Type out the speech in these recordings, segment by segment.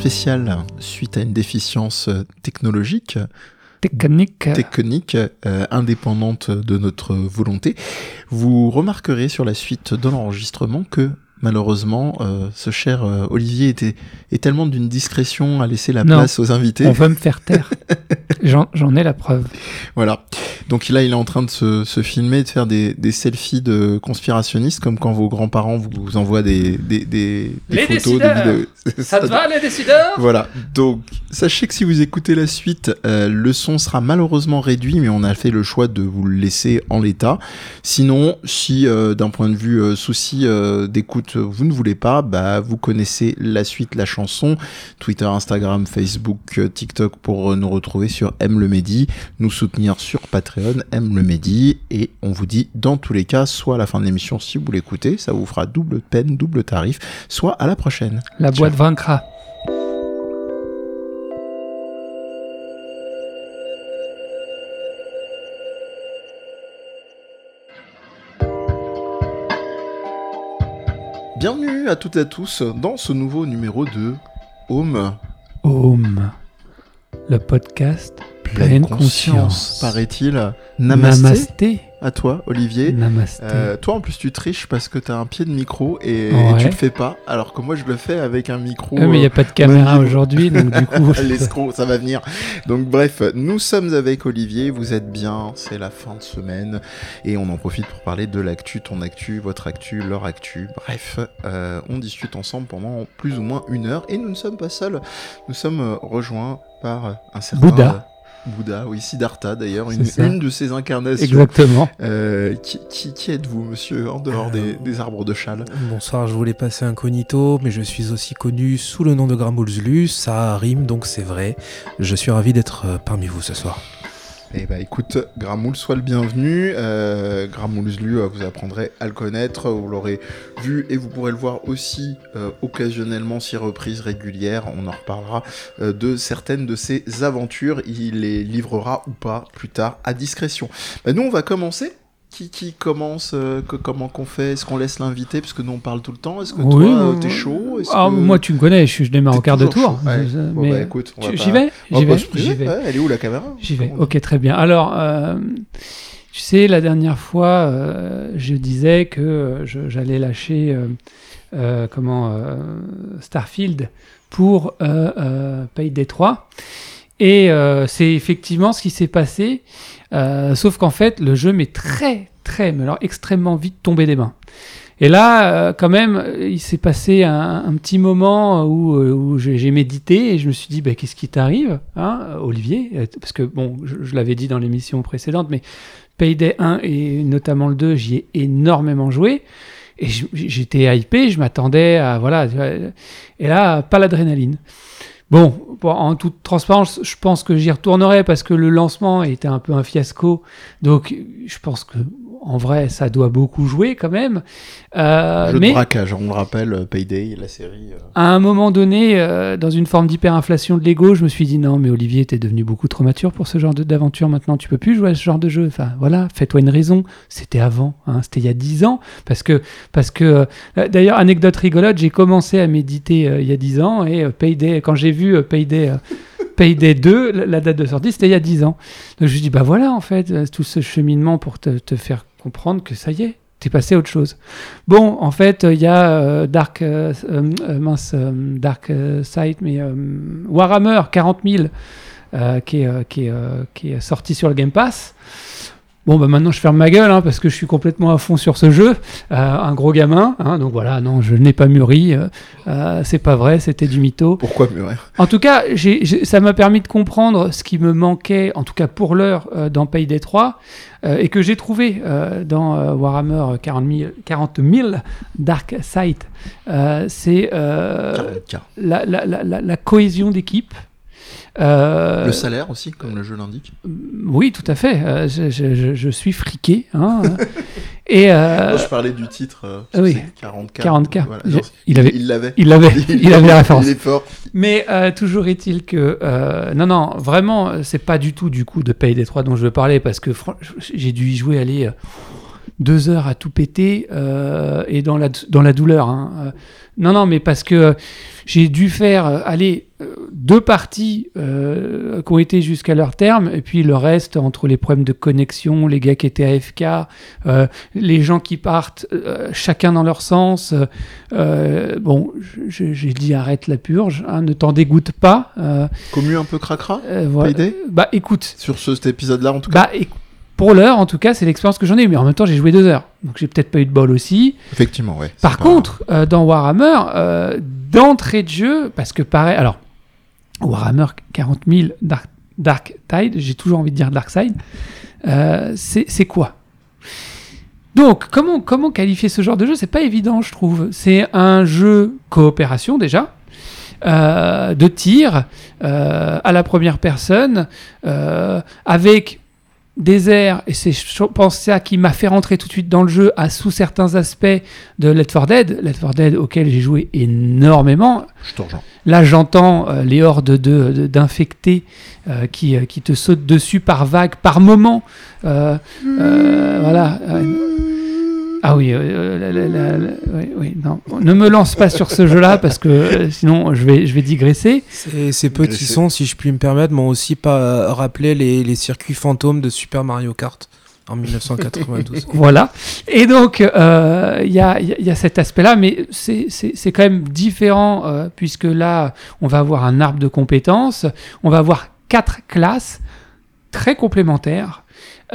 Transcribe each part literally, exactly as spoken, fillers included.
spécial suite à une déficience technologique. Technique. Technique, euh, indépendante de notre volonté. Vous remarquerez sur la suite de l'enregistrement que malheureusement, euh, ce cher euh, Olivier était, est tellement d'une discrétion à laisser la non, place aux invités. On va me faire taire. j'en, j'en ai la preuve. Voilà. Donc là, il est en train de se, se filmer, de faire des, des selfies de conspirationnistes, comme quand vos grands-parents vous, vous envoient des, des, des, des les photos, décideurs. des vidéos. Ça te va, les décideurs ? Voilà. Donc, sachez que si vous écoutez la suite, euh, le son sera malheureusement réduit, mais on a fait le choix de vous le laisser en l'état. Sinon, si euh, d'un point de vue euh, souci euh, d'écoute, vous ne voulez pas, bah, vous connaissez la suite, la chanson. Twitter, Instagram, Facebook, TikTok pour nous retrouver sur Aime le Mehdi, nous soutenir sur Patreon, Aime le Mehdi, et on vous dit dans tous les cas, soit à la fin de l'émission si vous l'écoutez, ça vous fera double peine, double tarif, soit à la prochaine. La Ciao. boîte vaincra. Bienvenue à toutes et à tous dans ce nouveau numéro de Home. Home, le podcast pleine, pleine conscience. conscience. Paraît-il. Namasté. Namasté. À toi, Olivier. Namasté. Euh, toi, en plus, tu triches parce que t'as un pied de micro et, ouais. et tu le fais pas, alors que moi, je le fais avec un micro. Euh, mais il n'y a pas de caméra aujourd'hui, donc du coup... L'escroc, ça va venir. Donc bref, nous sommes avec Olivier, vous êtes bien, c'est la fin de semaine, et on en profite pour parler de l'actu, ton actu, votre actu, leur actu. Bref, euh, on discute ensemble pendant plus ou moins une heure, et nous ne sommes pas seuls, nous sommes rejoints par un certain... Bouddha. Bouddha, oui, Siddhartha d'ailleurs, une, une de ses incarnations. Exactement. Euh, qui, qui, qui êtes-vous, monsieur, en dehors des, des arbres de châle ? Bonsoir, je voulais passer incognito, mais je suis aussi connu sous le nom de Gramoulzlu, ça rime donc c'est vrai. Je suis ravi d'être parmi vous ce soir. Eh bah écoute, Gramoul, sois le bienvenu. Euh, Gramoulzlu, vous apprendrez à le connaître, vous l'aurez vu et vous pourrez le voir aussi euh, occasionnellement, si reprises régulières. On en reparlera euh, de certaines de ses aventures. Il les livrera ou pas plus tard à discrétion. Bah, nous, on va commencer. Qui, qui commence euh, que, comment qu'on fait ? Est-ce qu'on laisse l'invité ? Parce que nous, on parle tout le temps. Est-ce que oui, toi, euh, t'es chaud ? Est-ce ah, que... Moi, tu me connais, je, je démarre au quart de tour. Ouais. Je, bon, mais bah, écoute, tu, pas... J'y vais, oh, j'y, bah, vais, j'y vais. Ouais, elle est où la caméra ? J'y vais, ok, très bien. Alors, euh, tu sais, la dernière fois, euh, je disais que je, j'allais lâcher euh, euh, comment, euh, Starfield pour euh, euh, Payday trois. Et euh, c'est effectivement ce qui s'est passé, euh, sauf qu'en fait, le jeu m'est très, très, mais alors extrêmement vite tombé des mains. Et là, euh, quand même, il s'est passé un, un petit moment où, où j'ai, j'ai médité et je me suis dit, bah, qu'est-ce qui t'arrive, hein, Olivier ? Parce que, bon, je, je l'avais dit dans l'émission précédente, mais Payday un et notamment le deux, j'y ai énormément joué. Et j'étais hypé, je m'attendais à... Voilà. Et là, pas l'adrénaline. Bon, en toute transparence, je pense que j'y retournerai parce que le lancement était un peu un fiasco. Donc, je pense que en vrai, ça doit beaucoup jouer quand même. Euh, Jeu mais de braquage, on le rappelle, Payday, la série. Euh... À un moment donné, euh, dans une forme d'hyperinflation de l'ego, je me suis dit non, mais Olivier, t'es devenu beaucoup trop mature pour ce genre de, d'aventure. Maintenant, tu peux plus jouer à ce genre de jeu. Enfin, voilà, fais-toi une raison. C'était avant, hein, c'était il y a dix ans. Parce que, parce que euh, d'ailleurs, anecdote rigolote, j'ai commencé à méditer euh, il y a dix ans et euh, Payday, quand j'ai vu euh, Payday. Euh, Payday deux, la date de sortie, c'était il y a dix ans. Donc je me suis dit, bah voilà, en fait, tout ce cheminement pour te, te faire comprendre que ça y est, t'es passé à autre chose. Bon, en fait, il y a euh, Dark, euh, euh, mince, euh, Dark euh, Side, mais euh, Warhammer quarante mille euh, qui, est, euh, qui, est, euh, qui est sorti sur le Game Pass. Bon, bah maintenant je ferme ma gueule hein, parce que je suis complètement à fond sur ce jeu. Euh, un gros gamin, hein, donc voilà, non, je n'ai pas mûri. Euh, euh, c'est pas vrai, c'était du mytho. Pourquoi mûrir ? En tout cas, j'ai, j'ai, ça m'a permis de comprendre ce qui me manquait, en tout cas pour l'heure, euh, dans Payday trois, euh, et que j'ai trouvé euh, dans euh, Warhammer quarante mille Dark Side. Euh, c'est euh, la, la, la, la, la cohésion d'équipe. Euh, le salaire aussi, comme le jeu l'indique. Oui, tout à fait. Euh, je, je, je suis friqué. Hein. Et euh, non, je parlais du titre. Euh, oui, quarante K. quarante K. Voilà, genre, il, avait, il l'avait. Il l'avait. Il, il avait la référence. Il est fort. Mais euh, toujours est-il que euh, non, non, vraiment, c'est pas du tout du coup de Payday trois dont je veux parler parce que fr- j'ai dû y jouer aller. Euh, deux heures à tout péter euh, et dans la, dans la douleur. Hein. Euh, non, non, mais parce que j'ai dû faire, euh, allez, euh, deux parties euh, qui ont été jusqu'à leur terme, et puis le reste, entre les problèmes de connexion, les gars qui étaient A F K, euh, les gens qui partent euh, chacun dans leur sens. Euh, bon, je, j'ai dit arrête la purge, hein, ne t'en dégoûte pas. Euh, Commu un peu cracra euh, voilà. Payday Bah écoute. Sur ce, cet épisode-là, en tout cas Bah écoute. Pour l'heure, en tout cas, c'est l'expérience que j'en ai eu. Mais en même temps, j'ai joué deux heures. Donc, j'ai peut-être pas eu de bol aussi. Effectivement, ouais. Par pas... contre, euh, dans Warhammer, euh, d'entrée de jeu, parce que pareil... Alors, Warhammer quarante mille Dark, Dark Tide, j'ai toujours envie de dire Dark Side, euh, c'est, c'est quoi ? Donc, comment, comment qualifier ce genre de jeu ? C'est pas évident, je trouve. C'est un jeu coopération, déjà. Euh, de tir euh, à la première personne, euh, avec... des airs, et c'est je pense ça qui m'a fait rentrer tout de suite dans le jeu à sous certains aspects de Left four Dead, Left four Dead auquel j'ai joué énormément. Je te rejoins. Là j'entends euh, les hordes de, de, d'infectés euh, qui, euh, qui te sautent dessus par vagues, par moment. Euh, euh, voilà. Ah oui, euh, la, la, la, la, oui, oui, non. Ne me lance pas sur ce jeu-là parce que euh, sinon je vais, je vais digresser. Ces, ces petits sons, si je puis me permettre, m'ont aussi pas rappelé les, les circuits fantômes de Super Mario Kart en dix-neuf cent quatre-vingt-douze. Voilà. Et donc, il euh, y, a, y a cet aspect-là, mais c'est, c'est, c'est quand même différent euh, puisque là, on va avoir un arbre de compétences, on va avoir quatre classes très complémentaires.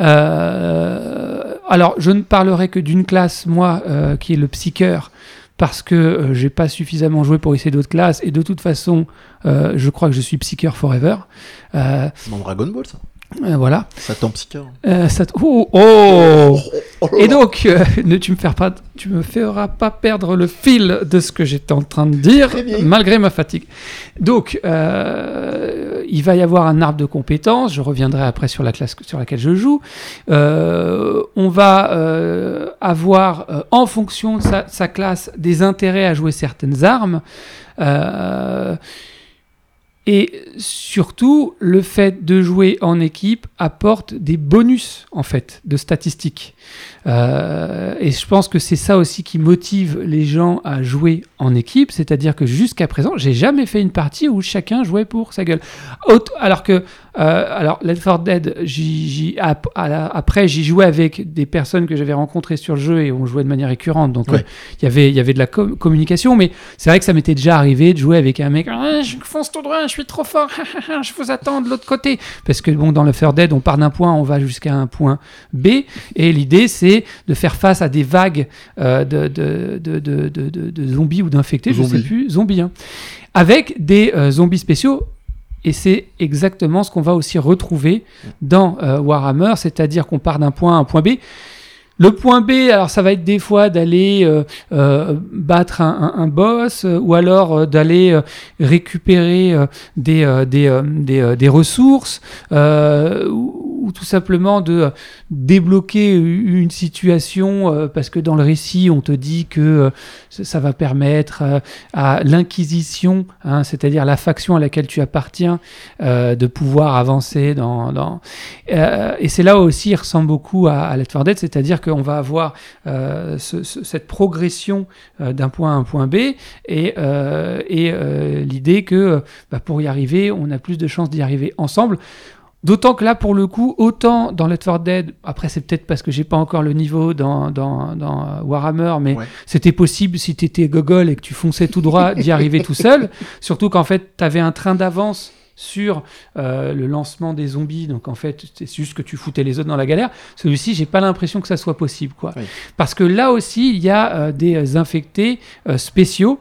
Euh, alors, je ne parlerai que d'une classe, moi, euh, qui est le psycheur, parce que euh, j'ai pas suffisamment joué pour essayer d'autres classes, et de toute façon, euh, je crois que je suis psycheur forever. Euh, c'est dans Dragon Ball, ça. Euh, voilà. Ça tombe psycheur. Euh, ça t- oh, oh, oh, oh Et donc, euh, ne, tu me feras pas, tu me feras pas perdre le fil de ce que j'étais en train de dire, malgré ma fatigue. Donc, euh, il va y avoir un arbre de compétences. Je reviendrai après sur la classe sur laquelle je joue. Euh, on va euh, avoir, euh, en fonction de sa, sa classe, des intérêts à jouer certaines armes. Euh, Et surtout, le fait de jouer en équipe apporte des bonus, en fait, de statistiques. Euh, et je pense que c'est ça aussi qui motive les gens à jouer en équipe, c'est-à-dire que jusqu'à présent, j'ai jamais fait une partie où chacun jouait pour sa gueule. Autre, alors que, euh, alors, Left four Dead, j'y, j'y, ap, à, après, j'y jouais avec des personnes que j'avais rencontrées sur le jeu et on jouait de manière récurrente, donc il ouais. euh, y avait, y avait de la com- communication, mais c'est vrai que ça m'était déjà arrivé de jouer avec un mec, ah, je fonce tout droit, je suis trop fort, je vous attends de l'autre côté, parce que bon, dans Left four Dead, on part d'un point, on va jusqu'à un point B, et l'idée c'est de faire face à des vagues euh, de, de, de, de, de, de, de zombies ou d'infectés, zombies. Je ne sais plus, zombies, hein, avec des euh, zombies spéciaux. Et c'est exactement ce qu'on va aussi retrouver dans euh, Warhammer, c'est-à-dire qu'on part d'un point à un point B. Le point B, alors ça va être des fois d'aller euh, euh, battre un, un, un boss, euh, ou alors euh, d'aller euh, récupérer euh, des, euh, des, euh, des, euh, des ressources, euh, ou, ou tout simplement de euh, débloquer une situation, euh, parce que dans le récit, on te dit que euh, ça va permettre euh, à l'Inquisition, hein, c'est-à-dire la faction à laquelle tu appartiens, euh, de pouvoir avancer dans... dans euh, et c'est là aussi, il ressemble beaucoup à, à Left four Dead, c'est-à-dire que on va avoir euh, ce, ce, cette progression euh, d'un point à un point B et, euh, et euh, l'idée que bah, pour y arriver, on a plus de chances d'y arriver ensemble. D'autant que là, pour le coup, autant dans Left four Dead, après c'est peut-être parce que j'ai pas encore le niveau dans, dans, dans Warhammer, mais ouais. C'était possible si tu étais gogol et que tu fonçais tout droit d'y arriver tout seul, surtout qu'en fait, tu avais un train d'avance sur euh, le lancement des zombies, donc en fait c'est juste que tu foutais les autres dans la galère. Celui-ci, j'ai pas l'impression que ça soit possible, quoi. Oui. Parce que là aussi il y a euh, des infectés euh, spéciaux,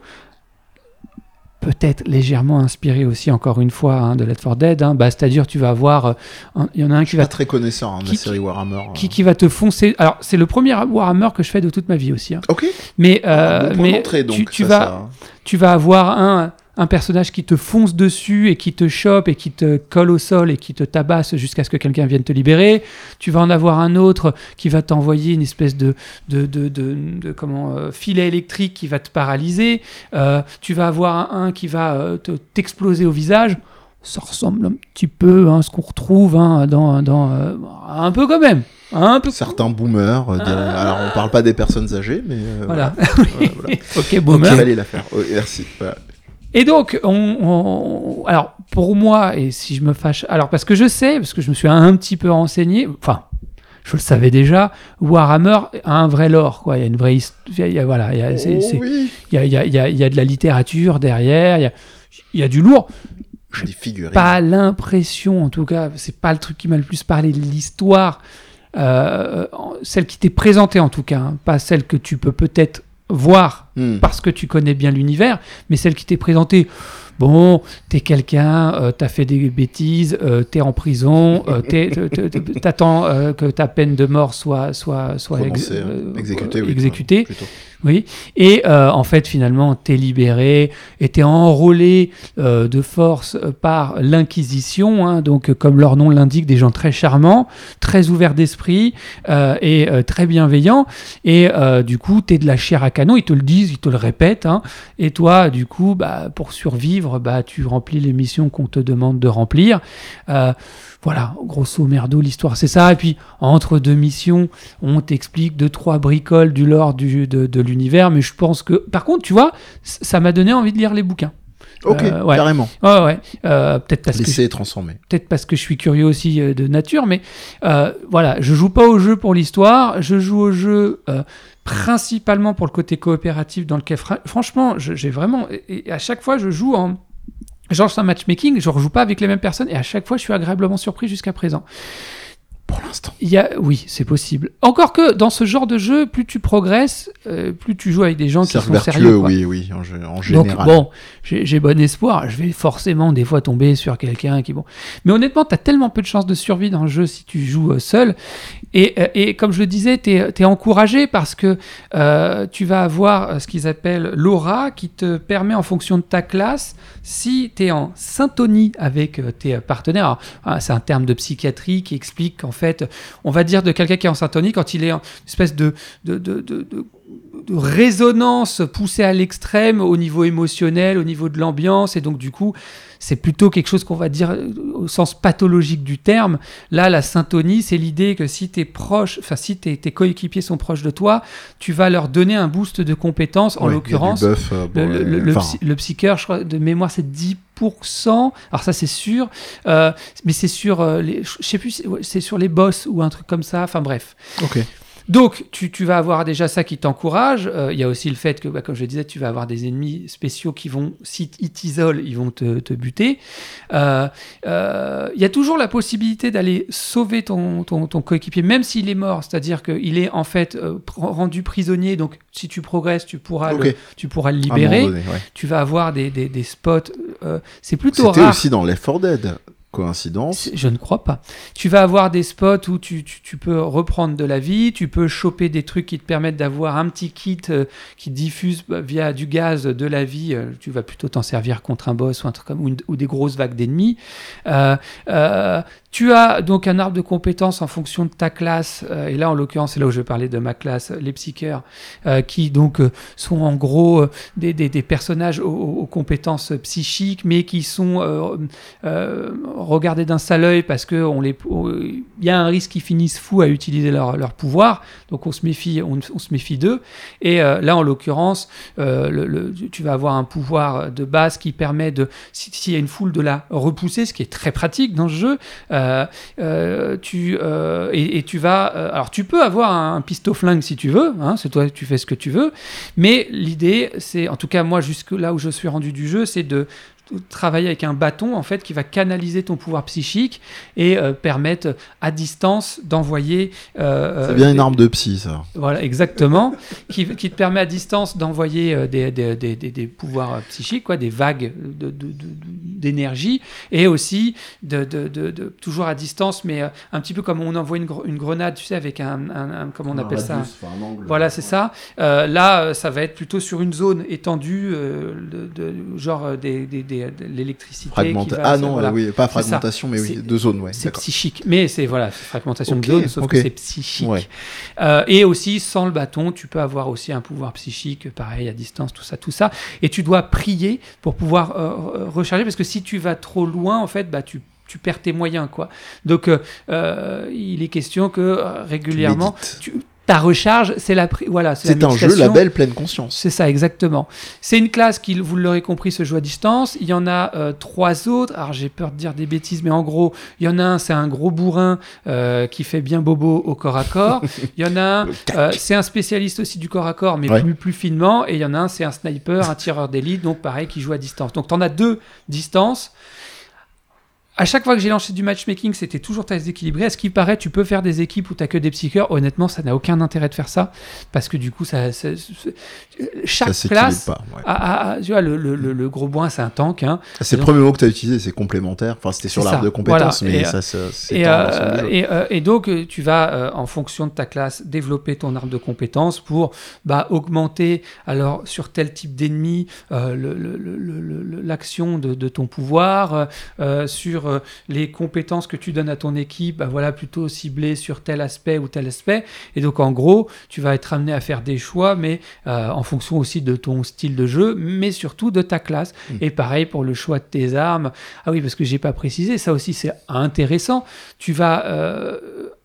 peut-être légèrement inspirés aussi encore une fois hein, de Left four Dead, hein. Bah, c'est-à-dire tu vas avoir il euh, y en a un qui je suis va pas très connaissant hein, de la série Warhammer qui, euh... qui va te foncer. Alors c'est le premier Warhammer que je fais de toute ma vie aussi, hein. Ok. Mais euh, bon mais donc, tu, tu ça, vas ça... tu vas avoir un un personnage qui te fonce dessus et qui te chope et qui te colle au sol et qui te tabasse jusqu'à ce que quelqu'un vienne te libérer. Tu vas en avoir un autre qui va t'envoyer une espèce de, de, de, de, de comment, euh, filet électrique qui va te paralyser. Euh, tu vas avoir un, un qui va euh, te, t'exploser au visage. Ça ressemble un petit peu à hein, ce qu'on retrouve hein, dans... dans euh, un peu quand même. Un peu. Certains boomers. Euh, diraient- Ah. Alors, on parle pas des personnes âgées, mais euh, Voilà. voilà. voilà. Ok, boomer. Il fallait la faire. Oui, merci. Voilà. Et donc, on, on- alors pour moi, et si je me fâche, alors parce que je sais, parce que je me suis un petit peu renseigné, enfin, je le savais déjà, Warhammer a un vrai lore, quoi. Il y a une vraie histoire, voilà, il y a, c'est- Oh, c'est- oui. il y a, il y a- il y a- il y a de la littérature derrière, il y a, il y a du lourd. J'ai Des figurines. Pas l'impression, en tout cas, c'est pas le truc qui m'a le plus parlé de l'histoire, euh, celle qui t'est présentée en tout cas, hein, pas celle que tu peux peut-être voir Hmm. parce que tu connais bien l'univers, mais celle qui t'est présentée. Bon, t'es quelqu'un, euh, t'as fait des bêtises, euh, t'es en prison, euh, t'es- t'es- t'es- t'attends euh, que ta peine de mort soit, soit, soit ex- Prononcé, euh, exécuté, oui, exécutée. plutôt. Oui, et euh, en fait, finalement, t'es libéré et t'es enrôlé euh, de force euh, par l'Inquisition, hein, donc euh, comme leur nom l'indique, des gens très charmants, très ouverts d'esprit euh, et euh, très bienveillants. Et euh, du coup, t'es de la chair à canon, ils te le disent, ils te le répètent. Hein, et toi, du coup, bah, pour survivre, bah, tu remplis les missions qu'on te demande de remplir. Euh, Voilà, grosso merdo, l'histoire, c'est ça. Et puis, entre deux missions, on t'explique deux, trois bricoles du lore du, de, de l'univers. Mais je pense que... Par contre, tu vois, c- ça m'a donné envie de lire les bouquins. Ok, Euh, ouais. carrément. Ouais, ouais. Euh, peut-être parce que... Laisser transformer. Peut-être parce que je suis curieux aussi euh, de nature, mais euh, voilà, je joue pas au jeu pour l'histoire, je joue au jeu euh, principalement pour le côté coopératif dans lequel, fra- franchement, je- j'ai vraiment... Et, et à chaque fois, je joue en... Genre, c'est un matchmaking, je rejoue pas avec les mêmes personnes, et à chaque fois, je suis agréablement surpris jusqu'à présent. Pour l'instant. Il y a, oui, c'est possible. Encore que dans ce genre de jeu, plus tu progresses, euh, plus tu joues avec des gens qui Cercle sont vertueux, sérieux. quoi. oui, oui, en, gé- en Donc général. bon, j'ai j'ai bon espoir. Je vais forcément des fois tomber sur quelqu'un qui bon. Mais honnêtement, t'as tellement peu de chances de survie dans le jeu si tu joues euh, seul. Et, euh, et comme je le disais, t'es es encouragé parce que euh, tu vas avoir euh, ce qu'ils appellent l'aura qui te permet en fonction de ta classe, si t'es en syntonie avec euh, tes partenaires. Alors, hein, c'est un terme de psychiatrie qui explique qu'en fait, on va dire de quelqu'un qui est en syntonie quand il est en espèce de de, de, de, de de résonance poussée à l'extrême au niveau émotionnel, au niveau de l'ambiance, et donc du coup, c'est plutôt quelque chose qu'on va dire au sens pathologique du terme. Là, la syntonie, c'est l'idée que si tes proches, enfin si tes, tes coéquipiers sont proches de toi, tu vas leur donner un boost de compétences. En Ouais, l'occurrence, il y a du buff, euh, le, bon, le, euh, le, le, enfin, psy- le psycheur, je crois, de mémoire, c'est dix pour cent. Alors ça, c'est sûr. Euh, mais c'est sur, euh, les, je sais plus, c'est, ouais, c'est sur les boss ou un truc comme ça. Enfin bref. ok. Donc, tu, tu vas avoir déjà ça qui t'encourage. Euh, Il y a aussi le fait que, bah, comme je le disais, tu vas avoir des ennemis spéciaux qui vont, si ils t'isolent, ils vont te, te buter. Euh, euh, Il y a toujours la possibilité d'aller sauver ton, ton, ton coéquipier, même s'il est mort. C'est-à-dire qu'il est en fait euh, pr- rendu prisonnier. Donc, si tu progresses, tu pourras, Ok. le, tu pourras le À un moment libérer. donné, ouais. Tu vas avoir des, des, des spots. Euh, c'est plutôt C'était rare. aussi dans Left four Dead. Coïncidence. C'est- Je ne crois pas. Tu vas avoir des spots où tu, tu, tu peux reprendre de la vie, tu peux choper des trucs qui te permettent d'avoir un petit kit euh, qui diffuse bah, via du gaz de la vie. Euh, tu vas plutôt t'en servir contre un boss ou, un truc comme, ou, une- ou des grosses vagues d'ennemis. Euh, euh, tu as donc un arbre de compétences en fonction de ta classe. Euh, et là, en l'occurrence, c'est là où je vais parler de ma classe, les psycheurs, euh, qui donc euh, sont en gros euh, des, des, des personnages aux, aux compétences psychiques, mais qui sont euh, euh, regardés d'un sale œil parce que on les, il y a un risque qu'ils finissent fous à utiliser leur, leur pouvoir, donc on se méfie, on, on se méfie d'eux. Et euh, là, en l'occurrence, euh, le, le, tu vas avoir un pouvoir de base qui permet de, si- s'il y a une foule, de la repousser, ce qui est très pratique dans ce jeu. Euh, euh, tu euh, et, et tu vas, euh, alors tu peux avoir un, un pistolet-flingue si tu veux, hein, c'est toi, tu fais ce que tu veux. Mais l'idée, c'est, en tout cas moi jusque là où je suis rendu du jeu, c'est de travailler avec un bâton en fait qui va canaliser ton pouvoir psychique et euh, permettre à distance d'envoyer euh, C'est bien euh, une arme de psy, ça. voilà exactement qui, qui te permet à distance d'envoyer euh, des, des, des, des, des pouvoirs euh, psychiques quoi, des vagues de, de, de, d'énergie et aussi de, de, de, de toujours à distance mais euh, un petit peu comme on envoie une, gre- une grenade tu sais avec un, un, un comment on appelle ça voilà, c'est ça. Euh, là, euh, ça va être plutôt sur une zone étendue, euh, de, de- genre euh, des, des, des- de l'électricité. Fragmenta- qui va- Ah c'est- non, voilà. euh, oui, pas C'est ça. fragmentation, mais oui, C'est- deux zones, ouais. C'est D'accord. psychique, mais c'est voilà, c'est fragmentation Ok, de zone, sauf ok. que c'est psychique. Ouais. Euh, et aussi, sans le bâton, tu peux avoir aussi un pouvoir psychique, pareil, à distance, tout ça, tout ça. Et tu dois prier pour pouvoir euh, recharger, parce que si tu vas trop loin, en fait, bah, tu tu perds tes moyens, quoi. Donc, euh, il est question que euh, régulièrement, tu, ta recharge, c'est la, voilà, c'est, c'est la un jeu label pleine conscience. C'est ça, exactement. C'est une classe qui, vous l'aurez compris, se joue à distance. Il y en a euh, trois autres. Alors, j'ai peur de dire des bêtises, mais en gros, il y en a un, c'est un gros bourrin euh, qui fait bien bobo au corps à corps. Il y en a un, euh, c'est un spécialiste aussi du corps à corps, mais ouais. plus, plus finement. Et il y en a un, c'est un sniper, un tireur d'élite, donc pareil, qui joue à distance. Donc, tu en as deux distances. À chaque fois que j'ai lancé du matchmaking, c'était toujours très déséquilibré. À ce qui paraît, tu peux faire des équipes où tu n'as que des psycheurs. Honnêtement, ça n'a aucun intérêt de faire ça. Parce que du coup, ça, ça, ça, chaque ça classe. Pas, ouais. a, a, tu vois, le, le, le, le gros boin, c'est un tank. Hein. C'est le donc, premier mot que tu as utilisé, c'est complémentaire. Enfin, c'était sur l'arbre de compétences, voilà. mais et, ça, ça c'est et, euh, et, euh, et donc, tu vas, euh, en fonction de ta classe, développer ton arbre de compétences pour bah, augmenter, alors, sur tel type d'ennemi, euh, le, le, le, le, l'action de, de ton pouvoir, euh, sur les compétences que tu donnes à ton équipe, bah voilà, plutôt ciblées sur tel aspect ou tel aspect. Et donc, en gros, tu vas être amené à faire des choix, mais euh, en fonction aussi de ton style de jeu, mais surtout de ta classe. Mmh. Et pareil pour le choix de tes armes. Ah oui, parce que j'ai pas précisé, ça aussi, c'est intéressant. Tu vas... Euh,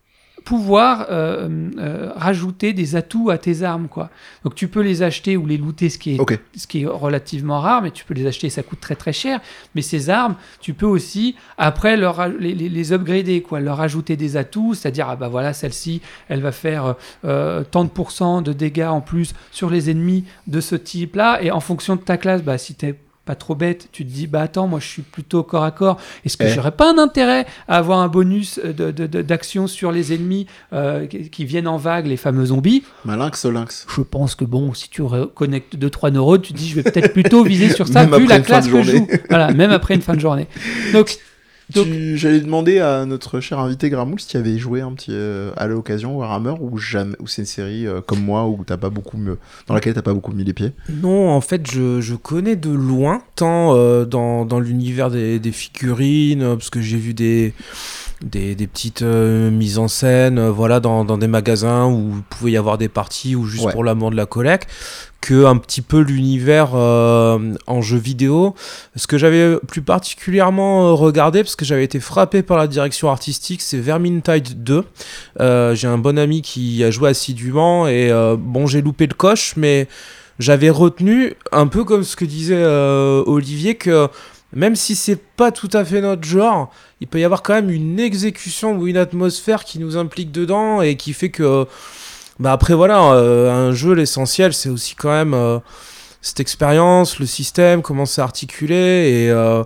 pouvoir euh, euh, rajouter des atouts à tes armes, quoi. Donc tu peux les acheter ou les looter, ce qui est, okay. ce qui est relativement rare, mais tu peux les acheter, ça coûte très très cher. Mais ces armes, tu peux aussi après leur, les, les, les upgrader, quoi, leur ajouter des atouts, c'est-à-dire ah bah voilà, celle-ci, elle va faire euh, tant de pourcents de dégâts en plus sur les ennemis de ce type-là, et en fonction de ta classe, bah si t'es pas trop bête, tu te dis bah attends, moi je suis plutôt corps à corps, est-ce que eh. j'aurais pas un intérêt à avoir un bonus de, de, de, d'action sur les ennemis euh, qui, qui viennent en vague, les fameux zombies? Malinx, lynx. Je pense que bon, si tu reconnectes deux trois neurones, tu te dis je vais peut-être plutôt viser sur ça vu la classe que je joue. Voilà, même après une fin de journée. Donc Donc, tu, j'allais demander à notre cher invité Gramoul si tu avais joué un petit euh, à l'occasion Warhammer ou jamais, ou c'est une série euh, comme moi où t'as pas beaucoup me, dans laquelle t'as pas beaucoup mis les pieds. Non, en fait, je, je connais de loin, tant euh, dans, dans l'univers des, des figurines, parce que j'ai vu des des, des petites euh, mises en scène, euh, voilà, dans, dans des magasins où il pouvait y avoir des parties ou juste ouais. pour l'amour de la collecte, que un petit peu l'univers euh, en jeu vidéo. Ce que j'avais plus particulièrement euh, regardé, parce que j'avais été frappé par la direction artistique, c'est Vermintide deux. Euh, j'ai un bon ami qui a joué assidûment et euh, bon, j'ai loupé le coche, mais j'avais retenu, un peu comme ce que disait euh, Olivier, que même si c'est pas tout à fait notre genre, il peut y avoir quand même une exécution ou une atmosphère qui nous implique dedans et qui fait que bah après voilà, euh, un jeu, l'essentiel c'est aussi quand même euh, cette expérience, le système, comment c'est articulé, et euh,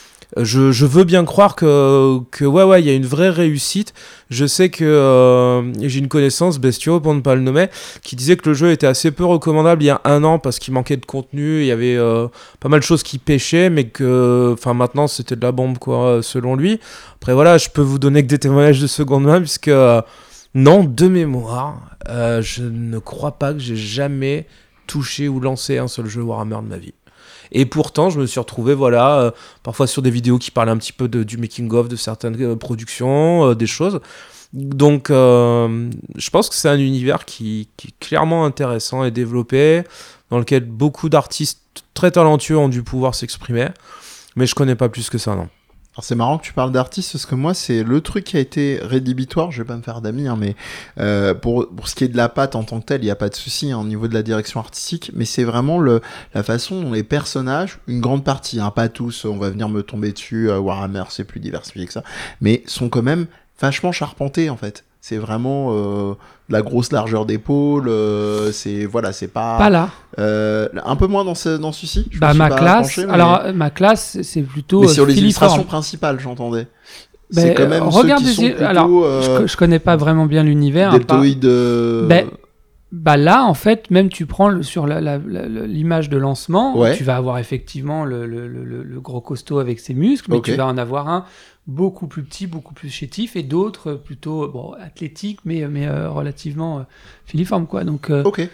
je, je veux bien croire que, que ouais ouais il y a une vraie réussite. Je sais que euh, j'ai une connaissance, Bestio pour ne pas le nommer, qui disait que le jeu était assez peu recommandable il y a un an parce qu'il manquait de contenu, il y avait euh, pas mal de choses qui pêchaient, mais que enfin maintenant c'était de la bombe quoi selon lui. Après voilà, je peux vous donner que des témoignages de seconde main puisque euh, non, de mémoire, euh, je ne crois pas que j'ai jamais touché ou lancé un seul jeu Warhammer de ma vie. Et pourtant, je me suis retrouvé, voilà, euh, parfois sur des vidéos qui parlaient un petit peu de, du making-of de certaines euh, productions, euh, des choses. Donc, euh, je pense que c'est un univers qui, qui est clairement intéressant et développé, dans lequel beaucoup d'artistes très talentueux ont dû pouvoir s'exprimer. Mais je connais pas plus que ça, non. Alors c'est marrant que tu parles d'artistes parce que moi c'est le truc qui a été rédhibitoire, je vais pas me faire d'amis hein, mais euh, pour, pour ce qui est de la patte en tant que telle il n'y a pas de souci hein, au niveau de la direction artistique, mais c'est vraiment le, la façon dont les personnages, une grande partie, hein, pas tous, on va venir me tomber dessus, euh, Warhammer c'est plus diversifié que ça, mais sont quand même vachement charpentés en fait. C'est vraiment euh, la grosse largeur d'épaule, euh, c'est voilà, c'est pas pas là. Euh, un peu moins dans ce dans celui-ci. Bah ma classe, penché, mais... alors ma classe c'est plutôt. Mais sur les illustrations principales, j'entendais. Bah, c'est quand même regarde ceux qui sont plutôt, alors euh, je, je connais pas vraiment bien l'univers. Deltoïde. Euh... Bah, bah là en fait même tu prends le, sur la, la, la, l'image de lancement, ouais. tu vas avoir effectivement le, le, le, le gros costaud avec ses muscles, mais okay. tu vas en avoir un beaucoup plus petit, beaucoup plus chétif, et d'autres plutôt bon athlétiques, mais mais euh, relativement euh, filiformes quoi. Donc euh, okay.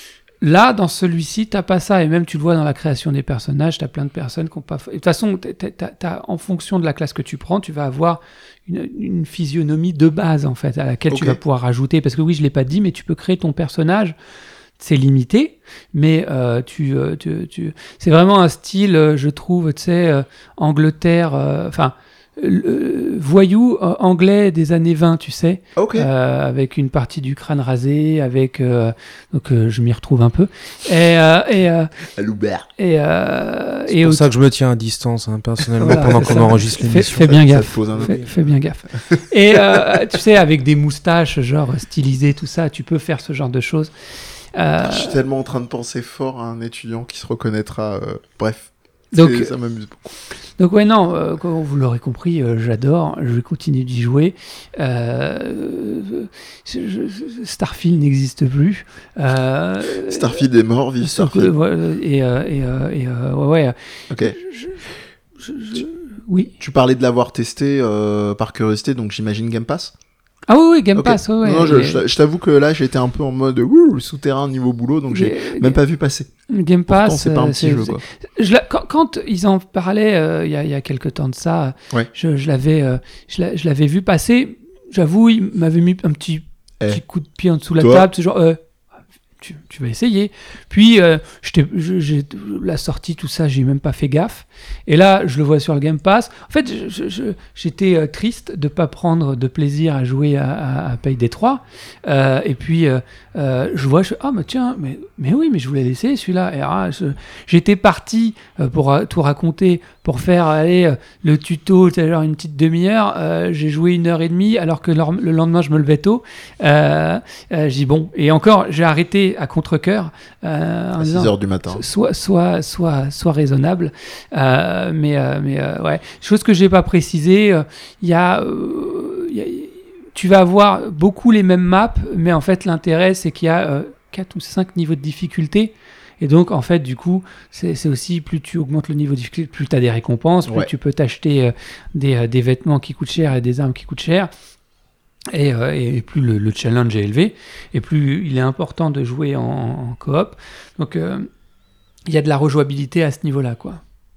là dans celui-ci t'as pas ça, et même tu le vois dans la création des personnages, t'as plein de personnes qui ont pas. De toute façon, t'as, t'as, t'as, en fonction de la classe que tu prends, tu vas avoir une, une physionomie de base en fait à laquelle okay. tu vas pouvoir rajouter. Parce que oui, je l'ai pas dit, mais tu peux créer ton personnage. C'est limité, mais euh, tu, euh, tu, tu, c'est vraiment un style, euh, je trouve, tu sais, euh, Angleterre, enfin. Euh, le voyou euh, anglais des années vingt, tu sais, Ok. euh, avec une partie du crâne rasé, avec euh, donc euh, je m'y retrouve un peu. Et euh, et euh, À Loubert. et euh, C'est et pour au- ça que je me tiens à distance, hein, personnellement, Voilà, pendant c'est qu'on ça. enregistre Fais, l'émission. fais bien Ça gaffe. te pose un Fais, oubli. fais bien gaffe. Et euh, tu sais, avec des moustaches, genre stylisées, tout ça, tu peux faire ce genre de choses. Euh, Je suis tellement en train de penser fort à un étudiant qui se reconnaîtra. euh, Bref. Donc- C'est- ça m'amuse beaucoup. Donc ouais, non, euh, comme vous l'aurez compris, euh, j'adore, je vais continuer d'y jouer. Euh, je- je- Starfield n'existe plus. Euh, Starfield est mort, vive sauf que, Starfield. voilà, et, euh, et, euh, et, euh, ouais, ouais. Ok. Je- je- je- oui. Tu parlais de l'avoir testé euh, par curiosité, donc j'imagine Game Pass. Ah oui, oui, Game Ok. Pass, ouais, ouais. non, je, mais- je- je t'avoue que là, j'étais un peu en mode ouh, souterrain niveau boulot, donc j'ai mais- même pas vu passer. Game Pourtant, Pass, c'est pas un euh, petit jeu, quoi. Je la- quand, quand ils en parlaient euh, il y, a, il y a quelques temps de ça, Ouais. je, je l'avais, euh, je l'a- je l'avais vu passer. J'avoue, il m'avait mis un petit, Eh. petit coup de pied en dessous de la Toi table. C'est genre, euh, tu, tu vas essayer. Puis, euh, j'étais- je- j'ai la sortie, tout ça, j'ai même pas fait gaffe. Et là, je le vois sur le Game Pass. En fait, je- je- je- j'étais euh, triste de pas prendre de plaisir à jouer à, à, à Payday trois. Euh, et puis, euh, euh, je vois, je fais, ah, mais tiens, mais, mais oui, mais je voulais laisser celui-là. Et ah, je- j'étais parti euh, pour euh, tout raconter, pour faire aller euh, le tuto, tu sais, genre une petite demi-heure. Euh, j'ai joué une heure et demie, alors que le, le lendemain, je me levais tôt. Euh, euh, j'ai dit, bon, et encore, j'ai arrêté à contre-cœur. Euh, en À disant, six heures du matin. Soit, soit, soit, soit raisonnable. Euh, mais, euh, mais euh, ouais. Chose que j'ai pas précisé, euh, il y a. euh, il y a- tu vas avoir beaucoup les mêmes maps, mais en fait, l'intérêt, c'est qu'il y a euh, quatre ou cinq niveaux de difficulté. Et donc, en fait, du coup, c'est c'est aussi plus tu augmentes le niveau de difficulté, plus tu as des récompenses, plus Ouais. tu peux t'acheter euh, des, euh, des vêtements qui coûtent cher et des armes qui coûtent cher. Et, euh, et plus le, le challenge est élevé, et plus il est important de jouer en, en coop. Donc, euh, il y a de la rejouabilité à ce niveau-là, quoi.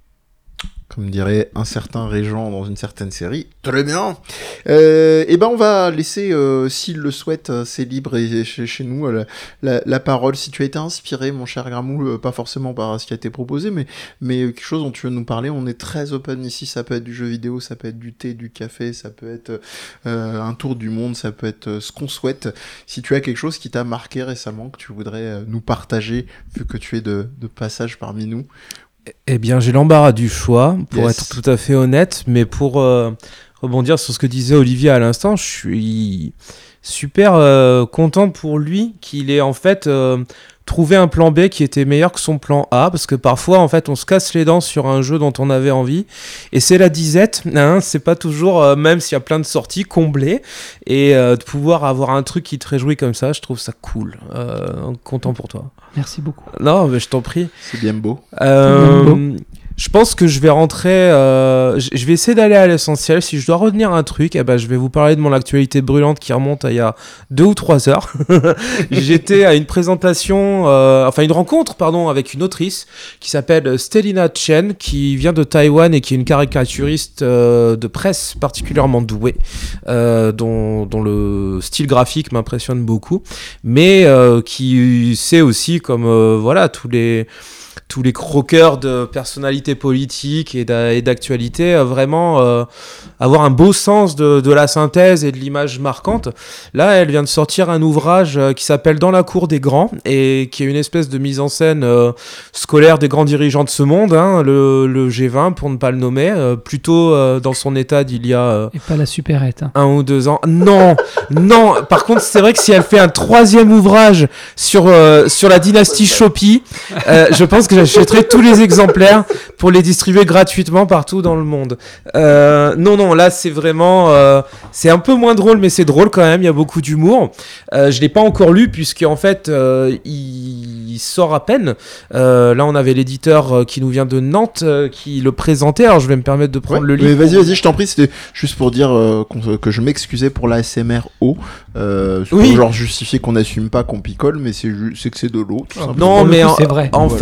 Comme dirait un certain régent dans une certaine série. Très bien. Euh, et ben on va laisser, euh, s'il le souhaite, euh, c'est libre et chez, chez nous euh, la, la, la parole. Si tu as été inspiré, mon cher Gramou, euh, pas forcément par ce qui a été proposé, mais mais quelque chose dont tu veux nous parler. On est très open ici. Ça peut être du jeu vidéo, ça peut être du thé, du café, ça peut être euh, un tour du monde, ça peut être euh, ce qu'on souhaite. Si tu as quelque chose qui t'a marqué récemment, que tu voudrais euh, nous partager, vu que tu es de, de passage parmi nous. Eh bien, j'ai l'embarras du choix, pour Yes. être tout à fait honnête, mais pour euh, rebondir sur ce que disait Olivier à l'instant, je suis super euh, content pour lui qu'il ait en fait euh, trouvé un plan B qui était meilleur que son plan A, parce que parfois, en fait, on se casse les dents sur un jeu dont on avait envie, et c'est la disette, hein, c'est pas toujours, euh, même s'il y a plein de sorties, comblé, et euh, de pouvoir avoir un truc qui te réjouit comme ça, je trouve ça cool. Euh, content pour toi. Merci beaucoup. Non, mais je t'en prie. C'est bien beau. Euh, je pense que je vais rentrer. Euh, je je vais essayer d'aller à l'essentiel. Si je dois retenir un truc, eh ben, je vais vous parler de mon actualité brûlante qui remonte à il y a deux ou trois heures. J'étais à une présentation, euh, enfin une rencontre, pardon, avec une autrice qui s'appelle Stelina Chen, qui vient de Taïwan et qui est une caricaturiste euh, de presse particulièrement douée, euh, dont, dont le style graphique m'impressionne beaucoup, mais euh, qui sait aussi, comme euh, voilà tous les tous les croqueurs de personnalité politique et d'a- et d'actualité, euh, vraiment euh, avoir un beau sens de, de la synthèse et de l'image marquante. Là, elle vient de sortir un ouvrage euh, qui s'appelle Dans la cour des grands, et qui est une espèce de mise en scène euh, scolaire des grands dirigeants de ce monde, hein, le, le G vingt pour ne pas le nommer, euh, plutôt euh, dans son état d'il y a... euh, Et pas la supérette. Hein. un ou deux ans. Non, non. Par contre, c'est vrai que si elle fait un troisième ouvrage sur euh, sur la dynastie Shopee, euh, je pense que j'achèterai tous les exemplaires pour les distribuer gratuitement partout dans le monde. Euh, non, non. Là, c'est vraiment, euh, c'est un peu moins drôle, mais c'est drôle quand même. Il y a beaucoup d'humour. Euh, je l'ai pas encore lu puisque en fait, euh, il, il sort à peine. Euh, là, on avait l'éditeur euh, qui nous vient de Nantes euh, qui le présentait. Alors, je vais me permettre de prendre Ouais, le mais livre. vas-y, vas-y, je t'en prie, c'était juste pour dire euh, qu'on- que je m'excusais pour l'A S M R eau. Euh, c'est Oui. pour genre justifier qu'on n'assume pas qu'on picole, mais c'est ju- c'est que c'est de l'eau, tout Oh, simplement. Non, Pour le mais coup, en, c'est vrai. en Voilà. fait, Oui,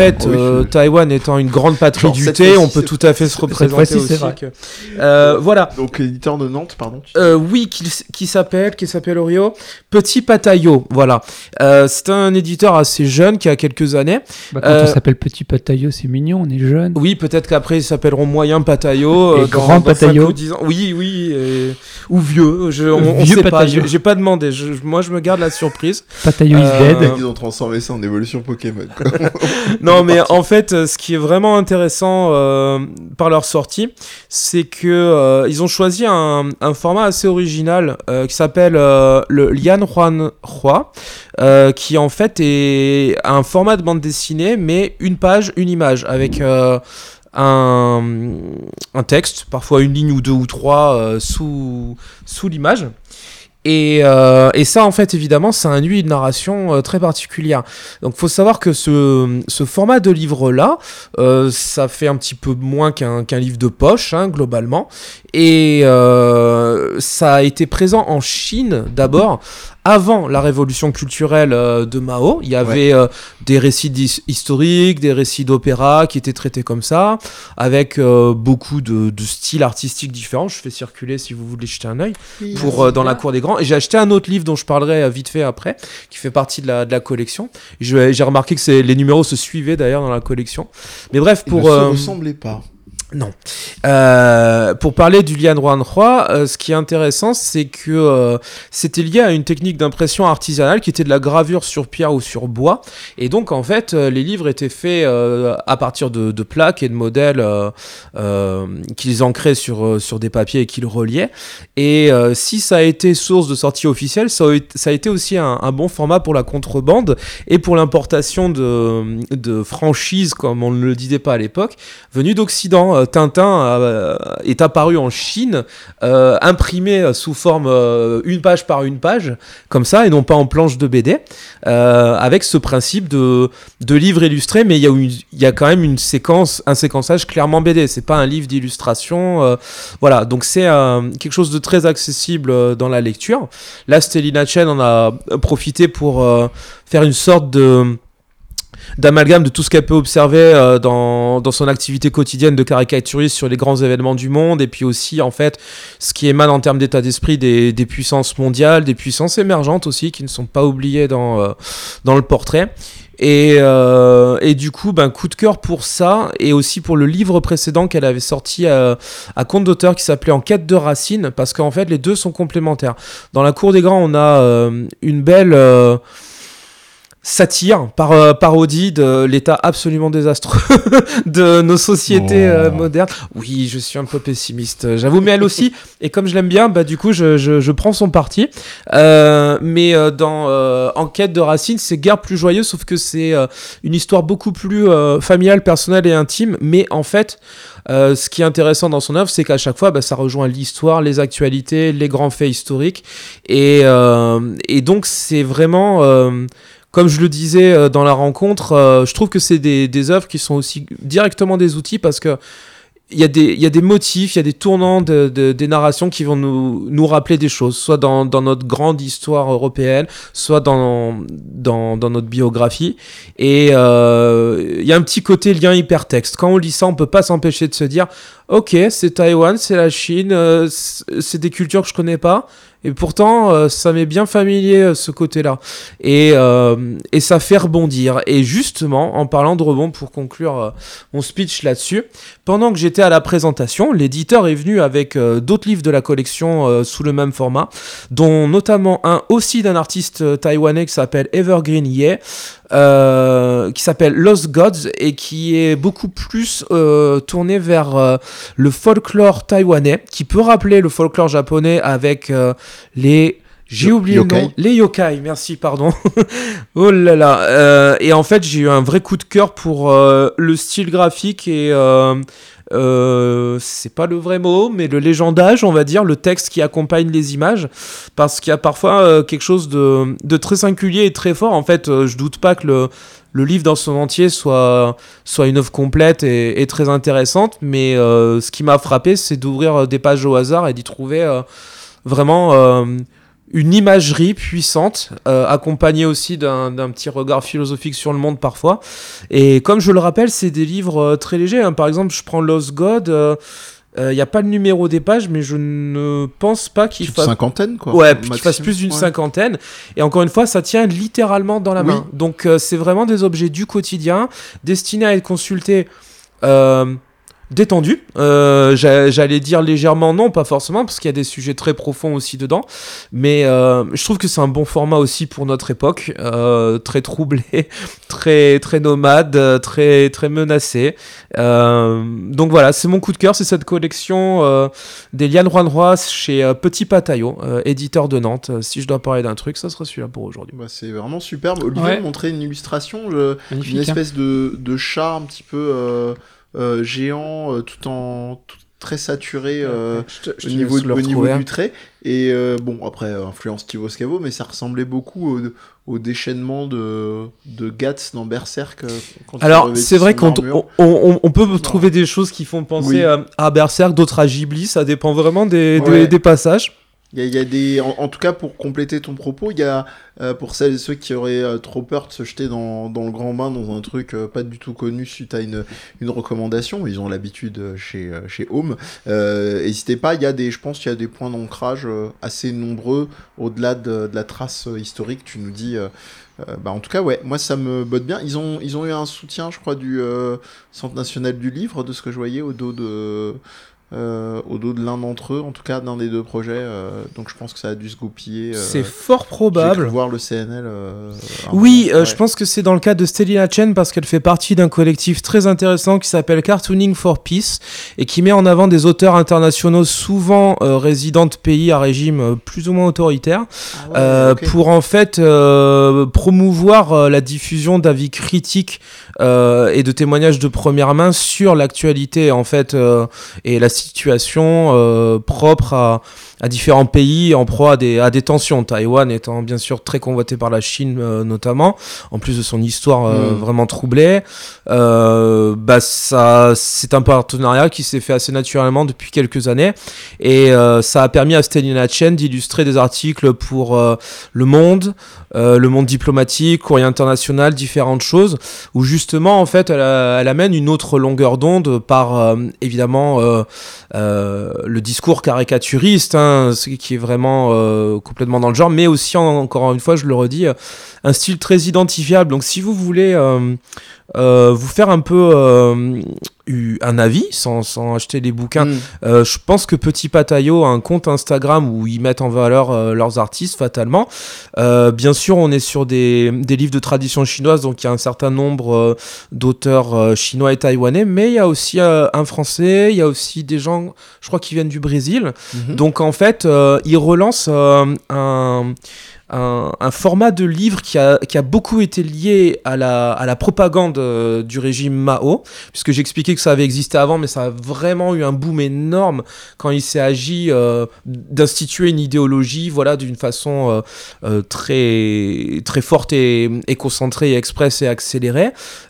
euh, Taïwan étant une grande patrie Genre, du cette thé, fois-ci, on peut c'est- tout à fait se représenter fois-ci, c'est aussi. vrai. Que... Euh, voilà. Donc éditeur de Nantes, pardon. tu- Euh, oui, qui, qui s'appelle, qui s'appelle Orio, Petit Pataillot, voilà. Euh, c'est un éditeur assez jeune qui a quelques années. Bah, quand Euh, on s'appelle Petit Pataillot, c'est mignon, on est jeune. Oui, peut-être qu'après ils s'appelleront Moyen Pataillot, Et euh, Grand dans, dans cinq Pataillot. ou dix ans. Oui, oui, et- ou vieux. Je, on, on Vieux sait pas. Pataillot. J'ai, j'ai pas demandé. Je- moi, je me garde la surprise. Pataillot is Euh, dead. Ils ont transformé ça en évolution Pokémon. quoi. Non, mais en fait, euh, ce qui est vraiment intéressant euh, par leur sortie, c'est que euh, ils ont choisi un, un format assez original euh, qui s'appelle euh, le Lian Huan Hua, euh, qui en fait est un format de bande dessinée, mais une page, une image, avec euh, un, un texte, parfois une ligne ou deux ou trois euh, sous, sous l'image. Et, euh, et ça, en fait, évidemment, ça induit une narration euh, très particulière. Donc, faut savoir que ce, ce format de livre-là, euh, ça fait un petit peu moins qu'un, qu'un livre de poche, hein, globalement. Et euh, ça a été présent en Chine, d'abord, avant la révolution culturelle euh, de Mao. Il y avait euh, des récits d'his- historiques, des récits d'opéra qui étaient traités comme ça, avec euh, beaucoup de, de styles artistiques différents. Je fais circuler si vous voulez jeter un œil. Pour euh, dans la cour des grands, et j'ai acheté un autre livre dont je parlerai euh, vite fait après, qui fait partie de la, de la collection. Et je- j'ai remarqué que c'est, les numéros se suivaient d'ailleurs dans la collection. Mais bref, Pour pour ne se euh, ressemblaient pas. non. Euh, pour parler du Lian Huan Hua, euh, ce qui est intéressant, c'est que euh, c'était lié à une technique d'impression artisanale qui était de la gravure sur pierre ou sur bois. Et donc, en fait, euh, les livres étaient faits euh, à partir de, de plaques et de modèles euh, euh, qu'ils ancraient sur, euh, sur des papiers et qu'ils reliaient. Et euh, si ça a été source de sortie officielle, ça a, ça a été aussi un, un bon format pour la contrebande et pour l'importation de, de franchises, comme on ne le disait pas à l'époque, venues d'Occident. Euh, Tintin euh, est apparu en Chine, euh, imprimé sous forme euh, une page par une page, comme ça, et non pas en planche de B D, euh, avec ce principe de, de livre illustré, mais il y a une, il y a quand même une séquence, un séquençage clairement B D. C'est pas un livre d'illustration, euh, voilà. Donc c'est euh, quelque chose de très accessible euh, dans la lecture. Là, Stellina Chen en a profité pour euh, faire une sorte de d'amalgame de tout ce qu'elle peut observer euh, dans, dans son activité quotidienne de caricaturiste sur les grands événements du monde, et puis aussi en fait ce qui émane en termes d'état d'esprit des, des puissances mondiales, des puissances émergentes aussi, qui ne sont pas oubliées dans, euh, dans le portrait. Et, euh, et du coup, ben, coup de cœur pour ça, et aussi pour le livre précédent qu'elle avait sorti à, à compte d'auteur qui s'appelait En quête de racines, parce qu'en fait les deux sont complémentaires. Dans La Cour des Grands, on a euh, une belle... Euh, satire, par, euh, parodie de l'état absolument désastreux de nos sociétés Oh. euh, modernes. Oui, je suis un peu pessimiste, j'avoue, mais elle aussi, et comme je l'aime bien, bah du coup, je, je, je prends son parti. Euh, mais euh, dans euh, En quête de racines, c'est guère plus joyeux, sauf que c'est euh, une histoire beaucoup plus euh, familiale, personnelle et intime, mais en fait... Euh, ce qui est intéressant dans son œuvre, c'est qu'à chaque fois, bah, ça rejoint l'histoire, les actualités, les grands faits historiques, et, euh, et donc c'est vraiment, euh, comme je le disais euh, dans la rencontre, euh, je trouve que c'est des, des œuvres qui sont aussi directement des outils, parce que il y a des, il y a des motifs, il y a des tournants de, de, des narrations qui vont nous, nous rappeler des choses, soit dans, dans notre grande histoire européenne, soit dans, dans, dans notre biographie. Et euh, il y a un petit côté lien hypertexte. Quand on lit ça, on peut pas s'empêcher de se dire « Ok, c'est Taïwan, c'est la Chine, euh, c'est des cultures que je connais pas. » Et pourtant, euh, ça m'est bien familier, euh, ce côté-là. Et, euh, et ça fait rebondir. Et justement, en parlant de rebond, pour conclure euh, mon speech là-dessus, pendant que j'étais à la présentation, l'éditeur est venu avec euh, d'autres livres de la collection euh, sous le même format, dont notamment un aussi d'un artiste euh, taïwanais qui s'appelle Evergreen Ye, euh, qui s'appelle Lost Gods, et qui est beaucoup plus euh, tourné vers euh, le folklore taïwanais, qui peut rappeler le folklore japonais avec euh, les... J'ai Yo- oublié yokai. le nom. Les yokai, merci, pardon. Oh là là. Euh, et en fait, j'ai eu un vrai coup de cœur pour euh, le style graphique et... Euh, euh, c'est pas le vrai mot, mais le légendage, on va dire, le texte qui accompagne les images, parce qu'il y a parfois euh, quelque chose de, de très singulier et très fort. En fait, euh, je doute pas que le, le livre dans son entier soit, soit une œuvre complète et, et très intéressante, mais euh, ce qui m'a frappé, c'est d'ouvrir des pages au hasard et d'y trouver euh, vraiment... Euh, une imagerie puissante, euh, accompagnée aussi d'un, d'un petit regard philosophique sur le monde parfois. Et comme je le rappelle, c'est des livres euh, très légers. Hein. Par exemple, je prends Lost God. Il euh, n'y euh, a pas le numéro des pages, mais je ne pense pas qu'il fasse... Une cinquantaine, quoi. Ouais, qu'il fasse plus d'une ouais. cinquantaine. Et encore une fois, ça tient littéralement dans la oui. main. Donc, euh, c'est vraiment des objets du quotidien, destinés à être consultés... Euh, détendu, euh, j'allais dire légèrement non, pas forcément, parce qu'il y a des sujets très profonds aussi dedans, mais euh, je trouve que c'est un bon format aussi pour notre époque, euh, très troublé, très, très nomade, très, très menacé. Euh, donc voilà, c'est mon coup de cœur, c'est cette collection euh, d'Eliane Roinroy chez euh, Petit Pataillot, euh, éditeur de Nantes. Si je dois parler d'un truc, ça serait celui-là pour aujourd'hui. Bah, c'est vraiment superbe. Olivier ouais. montrait une illustration, je... une espèce hein. de, de chat un petit peu... Euh... Euh, géant, euh, tout en tout très saturé euh, je te, je au niveau, au niveau du trait. Et euh, bon, après, euh, influence Steve Scavo, mais ça ressemblait beaucoup au, au déchaînement de, de Guts dans Berserk. Euh, Alors, c'est vrai qu'on on, on, on peut non. trouver des choses qui font penser oui. à, à Berserk, d'autres à Ghibli, ça dépend vraiment des, ouais. des, des passages. Il y a, il y a des, en, en tout cas, pour compléter ton propos, il y a, euh, pour celles et ceux qui auraient euh, trop peur de se jeter dans, dans le grand bain, dans un truc euh, pas du tout connu suite à une, une recommandation, ils ont l'habitude euh, chez, euh, chez Home, euh, n'hésitez pas, il y a des, je pense qu'il y a des points d'ancrage euh, assez nombreux, au-delà de, de la trace euh, historique, tu nous dis... Euh, Euh, bah en tout cas ouais, moi ça me botte bien. Ils ont ils ont eu un soutien, je crois, du euh, Centre national du livre, de ce que je voyais au dos de euh, au dos de l'un d'entre eux, en tout cas d'un des deux projets. Euh, donc je pense que ça a dû se goupiller. Euh, c'est fort probable. J'ai cru voir le C N L. Euh, oui, euh, ouais. je pense que c'est dans le cas de Stellina Chen parce qu'elle fait partie d'un collectif très intéressant qui s'appelle Cartooning for Peace et qui met en avant des auteurs internationaux souvent euh, résidents de pays à régime euh, plus ou moins autoritaire, ah ouais, euh, okay. pour en fait euh, promouvoir euh, la diffusion d'avis critiques euh, et de témoignages de première main sur l'actualité en fait euh, et la situation euh, propre à, à différents pays en proie à des, à des tensions. Taïwan étant bien sûr très convoité par la Chine euh, notamment, en plus de son histoire euh, mmh. vraiment troublée. Euh, bah ça, c'est un partenariat qui s'est fait assez naturellement depuis quelques années et euh, ça a permis à Stellina Chen d'illustrer des articles pour euh, Le Monde, euh, Le Monde diplomatique, Courrier international, différentes choses où justement en fait elle, elle amène une autre longueur d'onde par euh, évidemment euh, euh, le discours caricaturiste, hein, ce qui est vraiment euh, complètement dans le genre, mais aussi en, encore une fois je le redis, euh, un style très identifiable. Donc si vous voulez euh, euh, vous faire un peu euh, un avis sans, sans acheter les bouquins, mmh. euh, je pense que Petit Pataillot a un compte Instagram où ils mettent en valeur euh, leurs artistes fatalement. Euh, bien sûr on est sur des, des livres de tradition chinoise, donc il y a un certain nombre euh, d'auteurs euh, chinois et taïwanais, mais il y a aussi euh, un français, il y a aussi des gens je crois qui viennent du Brésil, mmh. donc en fait euh, ils relancent euh, un Un, un format de livre qui a, qui a beaucoup été lié à la, à la propagande euh, du régime Mao, puisque j'expliquais que ça avait existé avant, mais ça a vraiment eu un boom énorme quand il s'est agi euh, d'instituer une idéologie, voilà, d'une façon euh, euh, très, très forte et, et concentrée, et express et accélérée.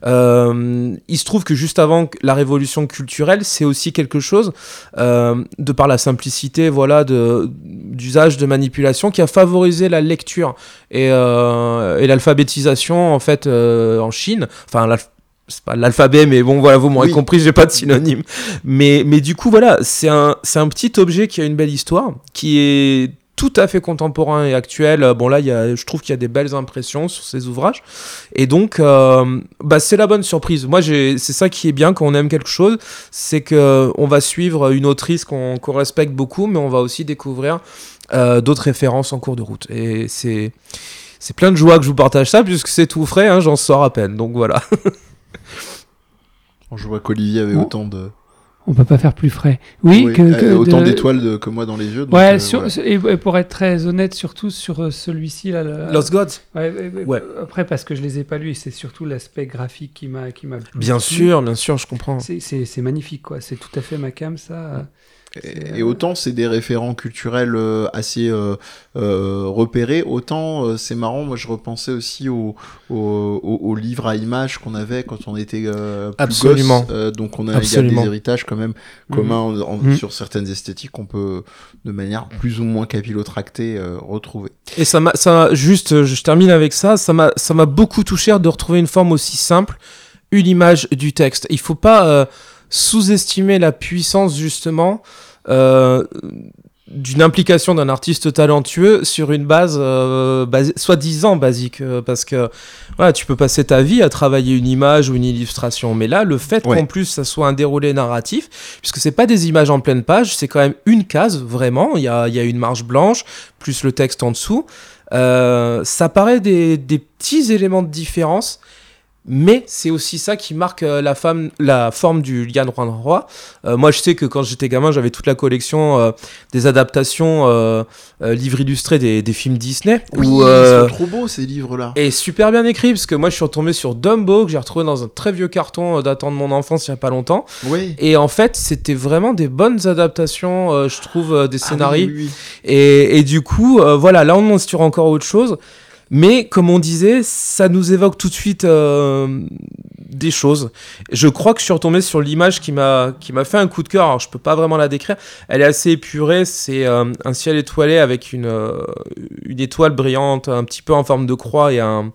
Euh, il se trouve que juste avant la révolution culturelle, c'est aussi quelque chose, euh, de par la simplicité, voilà, de, d'usage, de manipulation, qui a favorisé la lecture et, euh, et l'alphabétisation en fait euh, en Chine, enfin l'alph- c'est pas l'alphabet mais bon voilà vous m'aurez oui. compris, j'ai pas de synonyme, mais, mais du coup voilà c'est un, c'est un petit objet qui a une belle histoire, qui est tout à fait contemporain et actuel. Bon là il y a, je trouve qu'il y a des belles impressions sur ces ouvrages et donc euh, bah, c'est la bonne surprise. Moi j'ai, c'est ça qui est bien quand on aime quelque chose, c'est qu'on va suivre une autrice qu'on, qu'on respecte beaucoup, mais on va aussi découvrir Euh, d'autres références en cours de route et c'est c'est plein de joie que je vous partage ça puisque c'est tout frais, hein, j'en sors à peine, donc voilà. Je vois qu'Olivier avait oh. autant de on peut pas faire plus frais, oui, oui que, que euh, autant de... d'étoiles de, que moi dans les yeux, donc ouais, euh, sur, ouais. Et pour être très honnête surtout sur celui-ci là, le... Lost Gods, ouais, ouais. Après parce que je les ai pas lus et c'est surtout l'aspect graphique qui m'a qui m'a bien sûr, bien sûr, je comprends, c'est, c'est, c'est magnifique quoi, c'est tout à fait ma cam ça. Et, et autant c'est des référents culturels euh, assez euh, euh, repérés, autant euh, c'est marrant. Moi, je repensais aussi aux au, au, au livres à images qu'on avait quand on était euh, plus Absolument. gosse. Euh, donc, on a, Absolument. il y a des héritages quand même communs Mmh. en, en, Mmh. sur certaines esthétiques qu'on peut, de manière plus ou moins capillotractée, euh, retrouver. Et ça m'a, ça m'a juste, je termine avec ça. Ça m'a, ça m'a beaucoup touché de retrouver une forme aussi simple, une image du texte. Il faut pas euh, sous-estimer la puissance justement. Euh, d'une implication d'un artiste talentueux sur une base euh, basi- soi-disant basique euh, parce que voilà, tu peux passer ta vie à travailler une image ou une illustration, mais là le fait Ouais. qu'en plus ça soit un déroulé narratif, puisque c'est pas des images en pleine page, c'est quand même une case vraiment, il y a, il y a une marge blanche plus le texte en dessous, euh, ça paraît des, des petits éléments de différence. Mais c'est aussi ça qui marque euh, la, femme, la forme du Lian Roi. Euh, moi, je sais que quand j'étais gamin, j'avais toute la collection euh, des adaptations euh, euh, livres illustrés des, des films Disney. Oui, où, ils euh, sont trop beaux ces livres-là. et super bien écrit, parce que moi, je suis retombé sur Dumbo, que j'ai retrouvé dans un très vieux carton euh, datant de mon enfance il n'y a pas longtemps. Oui. Et en fait, c'était vraiment des bonnes adaptations, euh, je trouve, euh, des Ah scénarios. oui, oui, oui. Et, et du coup, euh, voilà, là, on monte sur encore autre chose. Mais comme on disait, ça nous évoque tout de suite euh, des choses. Je crois que je suis retombé sur l'image qui m'a qui m'a fait un coup de cœur. Alors je peux pas vraiment la décrire. Elle est assez épurée. C'est euh, un ciel étoilé avec une euh, une étoile brillante, un petit peu en forme de croix et un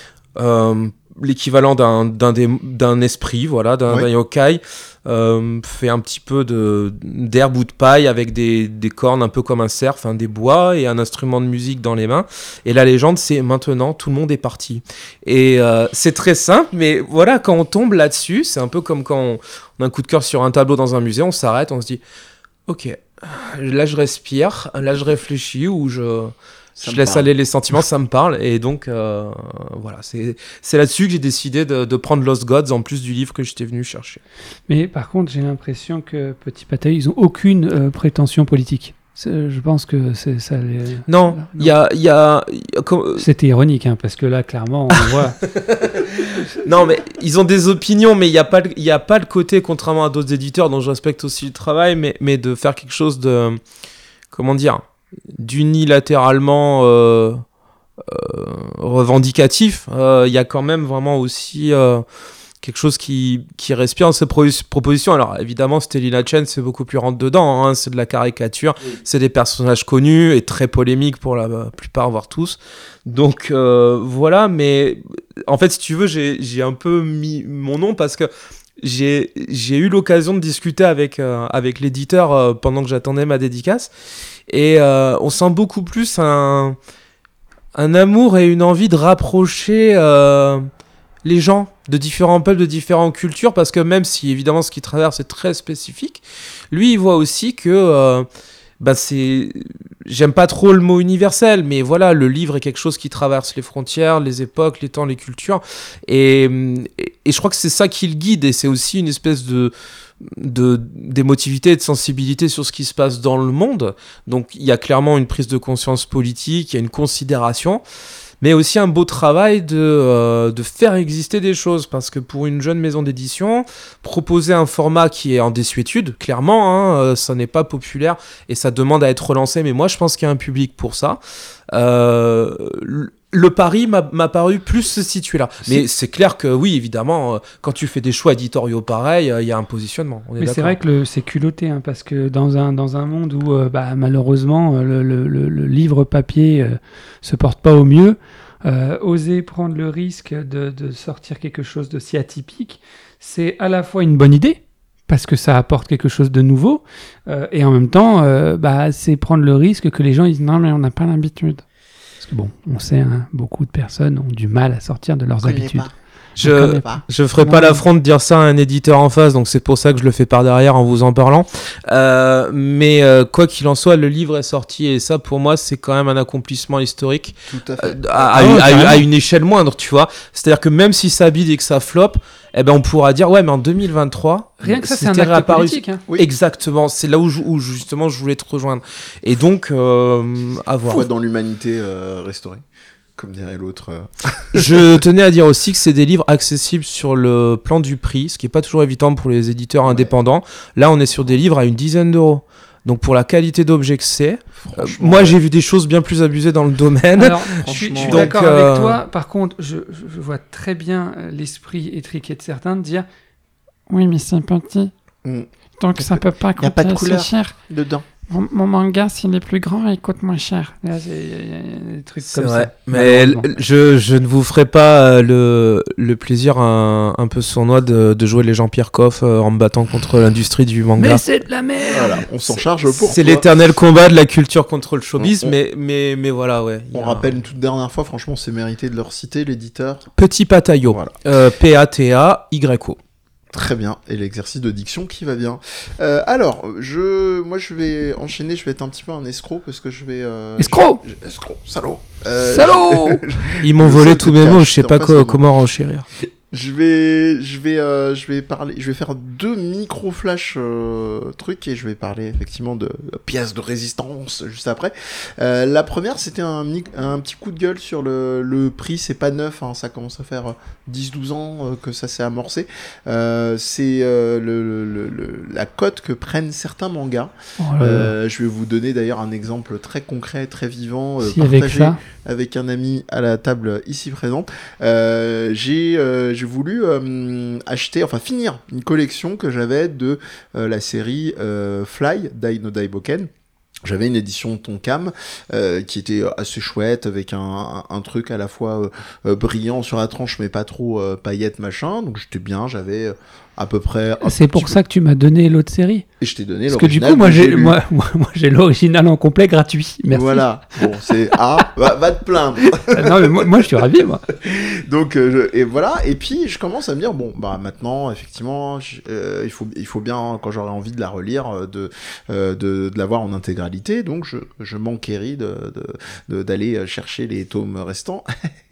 euh, l'équivalent d'un d'un dé- d'un esprit, voilà, d'un Ouais. d'un yokai. Euh, fait un petit peu de d'herbe ou de paille avec des, des cornes un peu comme un cerf, enfin des bois et un instrument de musique dans les mains. Et la légende, c'est maintenant tout le monde est parti. Et euh, c'est très simple, mais voilà, quand on tombe là-dessus, c'est un peu comme quand on, on a un coup de cœur sur un tableau dans un musée, on s'arrête, on se dit ok, là je respire, là je réfléchis ou je Ça je me laisse parle. aller les sentiments, ça me parle. Et donc, euh, voilà, c'est, c'est là-dessus que j'ai décidé de, de prendre Lost Gods en plus du livre que j'étais venu chercher. Mais par contre, j'ai l'impression que Petit Patay, ils ont aucune euh, prétention politique. C'est- Je pense que c'est ça. Les... Non, il y a... Y a, y a comme- C'était ironique, hein, parce que là, clairement, on voit. Non, mais ils ont des opinions, mais il n'y a, pas le- y a pas le côté, contrairement à d'autres éditeurs dont je respecte aussi le travail, mais, mais de faire quelque chose de... Comment dire, d'unilatéralement euh, euh, revendicatif. Il euh, y a quand même vraiment aussi euh, quelque chose qui, qui respire dans ces pro- propositions. Alors évidemment, Stellina Chen, c'est beaucoup plus rentre dedans, hein, c'est de la caricature, oui. C'est des personnages connus et très polémiques pour la, la plupart, voire tous. Donc euh, voilà, mais en fait, si tu veux, j'ai, j'ai un peu mis mon nom parce que J'ai, j'ai eu l'occasion de discuter avec, euh, avec l'éditeur euh, pendant que j'attendais ma dédicace et euh, on sent beaucoup plus un, un amour et une envie de rapprocher euh, les gens de différents peuples, de différentes cultures, parce que même si évidemment ce qu'il traverse est très spécifique, lui il voit aussi que euh, bah c'est... J'aime pas trop le mot universel, mais voilà, le livre est quelque chose qui traverse les frontières, les époques, les temps, les cultures. Et, et, et je crois que c'est ça qui le guide, et c'est aussi une espèce de, de, d'émotivité et de sensibilité sur ce qui se passe dans le monde. Donc il y a clairement une prise de conscience politique, il y a une considération, mais aussi un beau travail de, euh, de faire exister des choses, parce que pour une jeune maison d'édition, proposer un format qui est en désuétude, clairement, hein, euh, ça n'est pas populaire et ça demande à être relancé, mais moi je pense qu'il y a un public pour ça. Euh, le pari m'a, m'a paru plus se situer là. C'est... Mais c'est clair que oui, évidemment, euh, quand tu fais des choix éditoriaux pareils, il euh, y a un positionnement. On est mais d'accord. c'est vrai que le, c'est culotté, hein, parce que dans un, dans un monde où euh, bah, malheureusement le, le, le, le livre papier euh, se porte pas au mieux, euh, oser prendre le risque de, de sortir quelque chose de si atypique, c'est à la fois une bonne idée, parce que ça apporte quelque chose de nouveau, euh, et en même temps, euh, bah, c'est prendre le risque que les gens disent non mais on n'a pas l'habitude. Parce que bon, on sait, hein, beaucoup de personnes ont du mal à sortir de leurs habitudes. Pas. Je je ferai pas l'affront de dire ça à un éditeur en face, donc c'est pour ça que je le fais par derrière en vous en parlant. Euh, mais euh, quoi qu'il en soit, le livre est sorti et ça pour moi c'est quand même un accomplissement historique. Tout à fait. Euh, à, à, oh, à, à, à une échelle moindre, tu vois. C'est-à-dire que même si ça bide et que ça floppe, eh ben on pourra dire ouais mais en deux mille vingt-trois rien que ça c'est un acte réapparu... politique. Hein. Oui. Exactement, c'est là où, je, où justement je voulais te rejoindre. Et donc euh, à voir. Foi dans l'humanité euh, restaurée. Comme dirait l'autre. euh. Je tenais à dire aussi que c'est des livres accessibles sur le plan du prix, ce qui n'est pas toujours évident pour les éditeurs Ouais. indépendants. Là, on est sur des livres à une dizaine d'euros. Donc pour la qualité d'objet que c'est, euh, Franchement, moi ouais. j'ai vu des choses bien plus abusées dans le domaine. Alors, je suis, je suis Franchement. d'accord Donc, euh, avec toi. Par contre, je, je- je vois très bien euh, l'esprit étriqué de certains de dire oui, mais c'est petit, Mm. donc ça peut pas Y a pas de coûter couleur. assez cher. Dedans. Mon, mon manga, s'il est plus grand, il coûte moins cher. Là, c'est- il y a- il y a des trucs C'est comme vrai. ça. Mais malheureusement. l- je, je ne vous ferai pas euh, le, le plaisir un, un peu sournois de, de jouer les Jean-Pierre Coff euh, en me battant contre l'industrie du manga. Mais c'est de la merde. Voilà, on s'en charge pour C'est toi. l'éternel combat de la culture contre le showbiz, On- on- mais, mais, mais voilà, ouais. il y On a rappelle une toute dernière fois, franchement, c'est mérité de leur citer, l'éditeur. Petit Pataillot, Voilà. euh, P A T A Y O. Très bien, et l'exercice de diction qui va bien. Euh, alors, je, moi je vais enchaîner, je vais être un petit peu un escroc parce que je vais. Euh, Escroc je- Escroc, salaud. Euh, Salaud Ils m'ont Le volé seul tous mes truc mots, à je sais acheter pas en face co- de moi. comment renchérir. Je vais, je vais, euh, je vais parler, je vais faire deux micro flash euh, trucs et je vais parler effectivement de pièces de résistance juste après. Euh, la première, c'était un, mi- un petit coup de gueule sur le, le prix. C'est pas neuf, hein, ça commence à faire dix douze ans euh, que ça s'est amorcé. Euh, c'est euh, le, le, le- le- la cote que prennent certains mangas. Oh là là. Euh, je vais vous donner d'ailleurs un exemple très concret, très vivant, euh, Si avec partagé ça. avec un ami à la table ici présente. Euh, j'ai euh, j'ai voulu euh, acheter, enfin finir une collection que j'avais de euh, la série euh, Fly, Dai no Daiboken. J'avais une édition Tonkam euh, qui était assez chouette avec un, un, un truc à la fois euh, euh, brillant sur la tranche mais pas trop euh, paillettes machin. Donc j'étais bien, j'avais euh, à peu près. un C'est petit pour peu- ça que tu m'as donné l'autre série. Et je t'ai donné Parce que du l'original coup, moi, que j'ai lu. moi, moi, moi, j'ai l'original en complet gratuit. Merci. Voilà. Bon, c'est ah, va, va te plaindre. Euh, non, mais moi, moi, je suis ravi, moi. Donc euh, je- et voilà, et puis je commence à me dire bon bah maintenant effectivement je- euh, il faut il faut bien quand j'aurai envie de la relire euh, de euh, de, de l'avoir en intégralité, donc je je m'enquéris de de- de- d'aller chercher les tomes restants.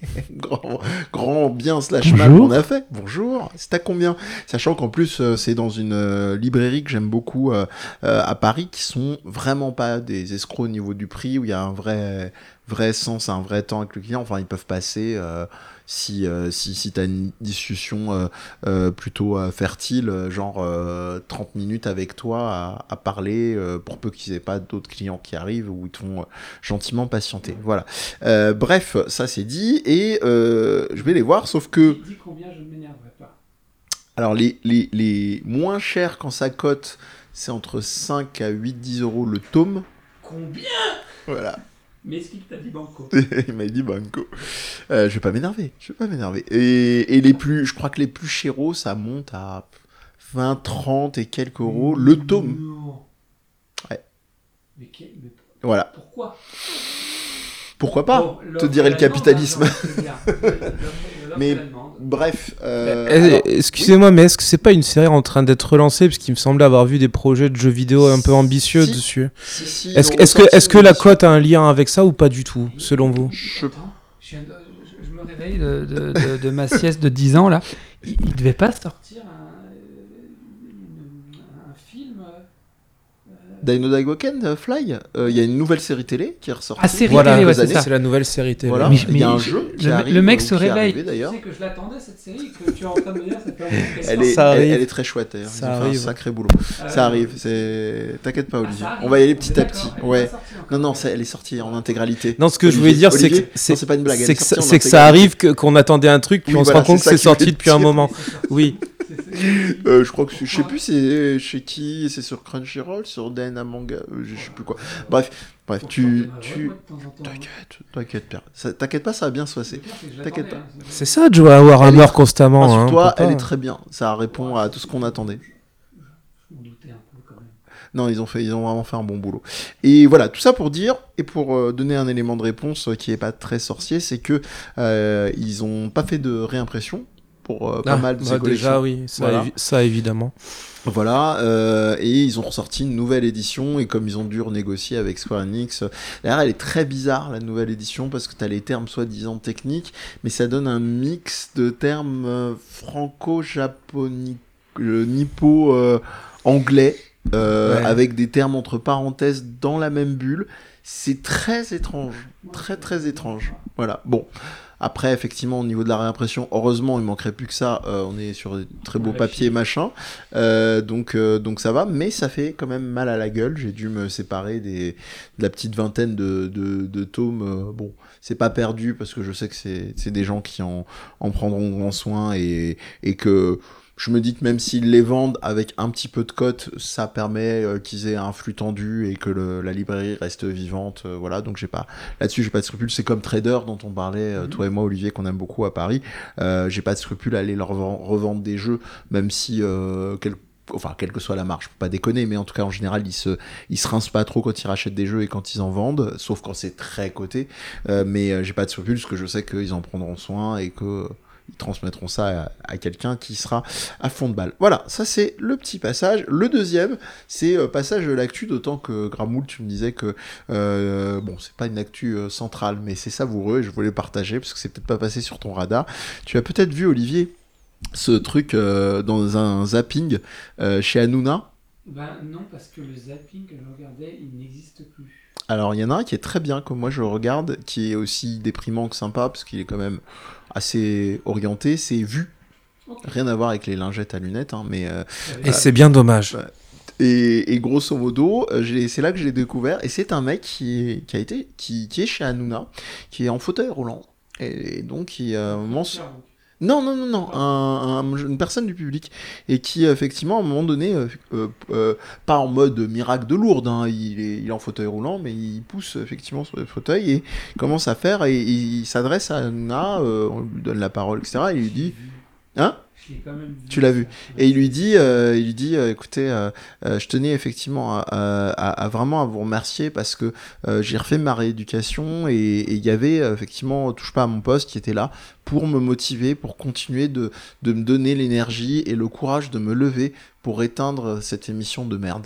grand grand bien slash mal Bonjour. qu'on a fait. Bonjour. C'est à combien? Sachant qu'en plus euh, c'est dans une euh, librairie que j'aime beaucoup euh, euh, à Paris, qui sont vraiment pas des escrocs au niveau du prix, où il y a un vrai vrai sens, un vrai temps avec le client. Enfin, ils peuvent passer euh, si euh, si si t'as une discussion euh, euh, plutôt euh, fertile, euh, genre euh, trente minutes avec toi à, à parler, euh, pour peu qu'ils aient pas d'autres clients qui arrivent ou ils te font euh, gentiment patienter. Voilà. Euh, bref, ça c'est dit et euh, je vais les voir. Sauf que Dis combien je ne m'énerverai pas. alors les les les moins chers quand ça cote, c'est entre cinq à huit dix euros le tome. Combien? Voilà. Mais est-ce qu'il t'a dit banco? Il m'a dit banco. Euh, je vais pas m'énerver, je vais pas m'énerver. Et, et les plus, je crois que les plus chéros, ça monte à vingt, trente et quelques euros le tome. Non. Ouais. Mais, quel- mais Voilà. pourquoi? Pourquoi pas Bon, te l'offre dirait et le la demande, capitalisme. hein, c'est bien. L'offre- l'offre Mais- et la demande. Bref. euh, Eh, alors, Excusez-moi, mais est-ce que c'est pas une série en train d'être relancée? Parce qu'il me semblait avoir vu des projets de jeux vidéo un peu ambitieux Si. dessus. si, si, Est-ce ils ont est-ce que, ressorti est-ce que une la édition. cote a un lien avec ça ou pas du tout, selon vous? Je- Attends, je, viens de- je- je me réveille de, de- de- de ma sieste de dix ans, là. Il, il devait pas sortir un, une- un film... euh, Dino Daigoken euh, Fly, euh, il y a une nouvelle série télé qui est ressortie. Ah, série Voilà, télé, ouais, quelques c'est années. ça. C'est la nouvelle série télé. Voilà. Mais- il y a mais un je- jeu qui le, arrive, le mec ou se qui est réveille. arrivé, d'ailleurs. Tu sais que je l'attendais, cette série, que tu es en train de me dire, ça fait un moment qu'elle Elle sort. est, Ça elle, arrive. elle est très chouette d'ailleurs. Ils Ça ont fait un arrive. sacré boulot. Ah, Ça ouais. arrive, c'est. T'inquiète pas, Ah, Olivier. ça arrive. On va y aller On est petit à d'accord, petit. elle est Ouais. pas sortie encore. Non, non, c'est- elle est sortie en intégralité. Non, ce que je Olivier- voulais dire, c'est que Olivier, c'est non, c'est pas une blague. elle c'est est que, sortie ça- en c'est que ça intégralité. arrive que- qu'on attendait un truc, puis Oui, on se voilà, rend compte c'est que ça c'est qui sorti voulait depuis un dire. moment. Oui. Euh, je crois que c'est- je sais plus c'est chez qui, c'est sur Crunchyroll, sur D N A Manga, euh, je sais plus quoi. Bref, bref, tu tu t'inquiète, t'inquiète Pierre. Ça- T'inquiète pas, ça va bien se passer. T'inquiète pas. C'est ça de jouer à Warhammer Elle est- constamment. hein, Rassure-toi, on peut elle pas. est très bien. Ça répond à tout ce qu'on attendait. Je m'en doutais un peu quand même. Non, ils ont fait, ils ont vraiment fait un bon boulot. Et voilà, tout ça pour dire et pour euh, donner un élément de réponse euh, qui est pas très sorcier, c'est que euh, ils ont pas fait de réimpression pour euh, pas Ah, mal de bah, ces collections. déjà, oui, ça, Voilà. évi- ça évidemment. Voilà, euh, et ils ont ressorti une nouvelle édition, et comme ils ont dû renégocier avec Square Enix, euh, d'ailleurs elle est très bizarre la nouvelle édition, parce que tu as les termes soi-disant techniques, mais ça donne un mix de termes euh, franco-japoniques, euh, nippo-anglais, euh, Ouais. avec des termes entre parenthèses dans la même bulle. c'est très étrange, très très étrange. Voilà, bon. Après, effectivement, au niveau de la réimpression, heureusement, il manquerait plus que ça. Euh, on est sur des très beaux papiers, machin. Euh, donc, euh, donc ça va, mais ça fait quand même mal à la gueule. J'ai dû me séparer des, de la petite vingtaine de, de, de tomes. Euh, bon, c'est pas perdu parce que je sais que c'est, c'est des gens qui en, en prendront grand soin et, et que... Je me dis que même s'ils les vendent avec un petit peu de cote, ça permet euh, qu'ils aient un flux tendu et que le, la librairie reste vivante. Euh, voilà, donc j'ai pas là-dessus, j'ai pas de scrupule. C'est comme Trader dont on parlait, euh, mmh. toi et moi, Olivier, qu'on aime beaucoup à Paris. Euh, j'ai pas de scrupule à aller leur revendre des jeux, même si euh, quel... enfin quelle que soit la marge, faut pas déconner, mais en tout cas en général ils se ils se rincent pas trop quand ils rachètent des jeux et quand ils en vendent, sauf quand c'est très coté. Euh, mais euh, j'ai pas de scrupule parce que je sais qu'ils en prendront soin et que ils transmettront ça à, à quelqu'un qui sera à fond de balle. Voilà, ça c'est le petit passage. Le deuxième, c'est euh, passage de l'actu, d'autant que Gramoul, tu me disais que euh, bon, c'est pas une actu euh, centrale, mais c'est savoureux et je voulais partager parce que c'est peut-être pas passé sur ton radar. Tu as peut-être vu, Olivier, ce truc euh, dans un zapping euh, chez Hanouna. Ben non, parce que le zapping que je regardais, il n'existe plus. Alors, il y en a un qui est très bien, comme moi je le regarde, qui est aussi déprimant que sympa, parce qu'il est quand même assez orienté, c'est Vu. Okay. Rien à voir avec les lingettes à lunettes, hein, mais... Euh, et euh, c'est bien dommage. Euh, et, et grosso modo, j'ai, c'est là que je l'ai découvert, et c'est un mec qui est, qui a été, qui, qui est chez Hanouna, qui est en fauteuil roulant, et, et donc qui... Euh, mentionne... Non, non, non, non, un, un, une personne du public, et qui, effectivement, à un moment donné, euh, euh, euh, pas en mode miracle de Lourdes, hein, il, est, il est en fauteuil roulant, mais il pousse effectivement sur le fauteuil et commence à faire, et, et il s'adresse à Hanouna, euh, on lui donne la parole, et cetera, et il lui dit... Hein ? Quand même vu. Tu l'as vu. Et il lui dit, euh, il lui dit, euh, écoutez, euh, euh, je tenais effectivement à, à, à vraiment à vous remercier parce que euh, j'ai refait ma rééducation et il y avait euh, effectivement Touche pas à mon poste qui était là pour me motiver, pour continuer de, de me donner l'énergie et le courage de me lever pour éteindre cette émission de merde.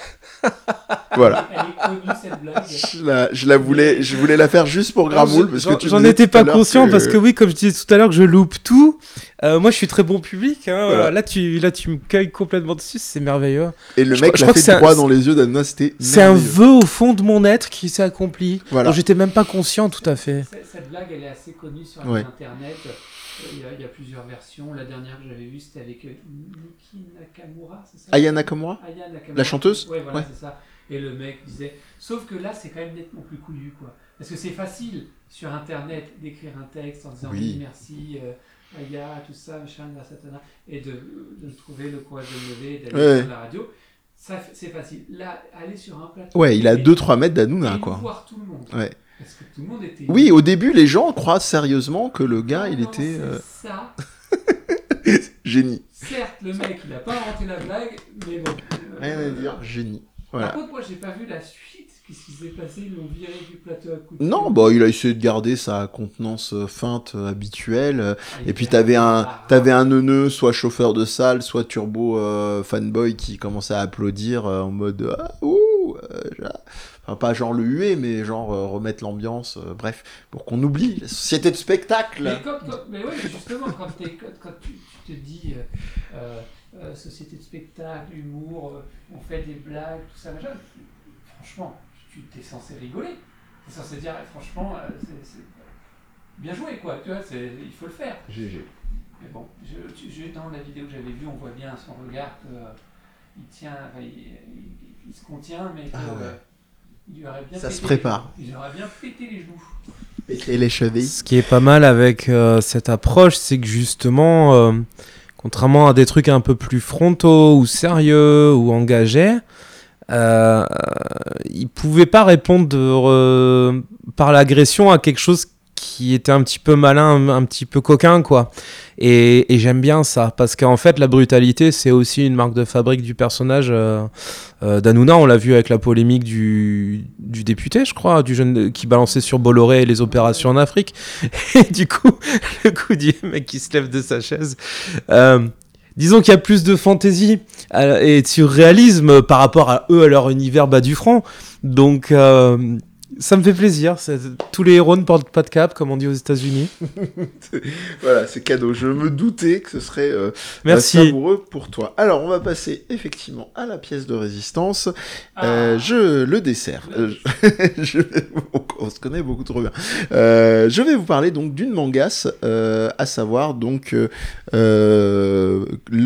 Voilà. Elle est connue cette blague. Je la, je la voulais, je voulais la faire juste pour Gramoul parce j'en, que tu j'en étais pas conscient que... parce que oui, comme je disais tout à l'heure que je loupe tout. Euh, moi, je suis très bon public. Hein, voilà. Là, tu, là, tu me cueilles complètement dessus, c'est merveilleux. Et le je mec je l'a fait droit un... dans les yeux d'Hanouna, c'était. C'est merveilleux. un vœu au fond de mon être qui s'est accompli. Voilà. Donc, j'étais même pas conscient, tout à fait. Cette blague, elle est assez connue sur ouais. Internet. Il y, a, il y a plusieurs versions. La dernière que j'avais vue, c'était avec Miki Nakamura, c'est ça ? Aya Nakamura ? Aya Nakamura. La chanteuse ? Ouais, voilà, ouais. c'est ça. Et le mec disait... Sauf que là, c'est quand même nettement plus couillu, quoi. Parce que c'est facile, sur Internet, d'écrire un texte en disant « oui, merci, euh, Aya, tout ça, machin, satana », et de, de trouver le courage de me lever, d'aller ouais. sur la radio. Ça, c'est facile. Là, aller sur un plateau... Ouais, il a deux trois mètres d'Hanouna, quoi. Et voir tout le monde. Ouais. Parce que tout le monde était... Oui, au début, les gens croient sérieusement que le gars, non, il non, était... C'est euh... ça. Génie. Certes, le mec, il n'a pas inventé la blague, mais bon... Euh, Rien à dire, génie. Voilà. Par contre, moi, j'ai pas vu la suite. Qu'est-ce qui s'est passé ? Ils l'ont viré du plateau à coups de... Non, bah, il a essayé de garder sa contenance feinte habituelle. Ah, et puis, t'avais un, t'avais un neuneu, soit chauffeur de salle, soit turbo euh, fanboy qui commençait à applaudir euh, en mode ah, ouh, euh, enfin, pas genre le huer, mais genre euh, remettre l'ambiance. Euh, bref, pour qu'on oublie la société de spectacle. Mais, quand, quand, mais ouais, justement, quand, t'es, quand, quand tu, tu te dis euh, euh, société de spectacle, humour, euh, on fait des blagues, tout ça, machin, franchement. Tu es censé rigoler, tu es censé dire franchement euh, c'est, c'est bien joué quoi, tu vois, c'est, il faut le faire. G G. Mais bon, je, je, dans la vidéo que j'avais vue, on voit bien son regard qu'il euh, tient, enfin, il, il, il se contient, mais ah ouais. euh, il aurait bien ça se prépare. Les, il aurait bien pété les genoux. Péter les chevilles. Ce qui est pas mal avec euh, cette approche, c'est que justement, euh, contrairement à des trucs un peu plus frontaux ou sérieux ou engagés, Euh, il pouvait pas répondre euh, par l'agression à quelque chose qui était un petit peu malin, un, un petit peu coquin, quoi. Et, et j'aime bien ça, parce qu'en fait, la brutalité, c'est aussi une marque de fabrique du personnage euh, euh, d'Hanouna. On l'a vu avec la polémique du, du député, je crois, du jeune qui balançait sur Bolloré et les opérations en Afrique. Et du coup, le coup du mec qui se lève de sa chaise... Euh, Disons qu'il y a plus de fantaisie et de surréalisme par rapport à eux, à leur univers bas du front. Donc, euh, Ça me fait plaisir. C'est... Tous les héros ne portent pas de cape, comme on dit aux États-Unis. Voilà, c'est cadeau. Je me doutais que ce serait euh, Merci. euh, savoureux pour toi. Alors, on va passer effectivement à la pièce de résistance. Ah. Euh, je le dessert. Euh, je, je vais- on, on se connaît beaucoup trop bien. Euh, je vais vous parler donc d'une mangasse, euh, à savoir donc euh, euh,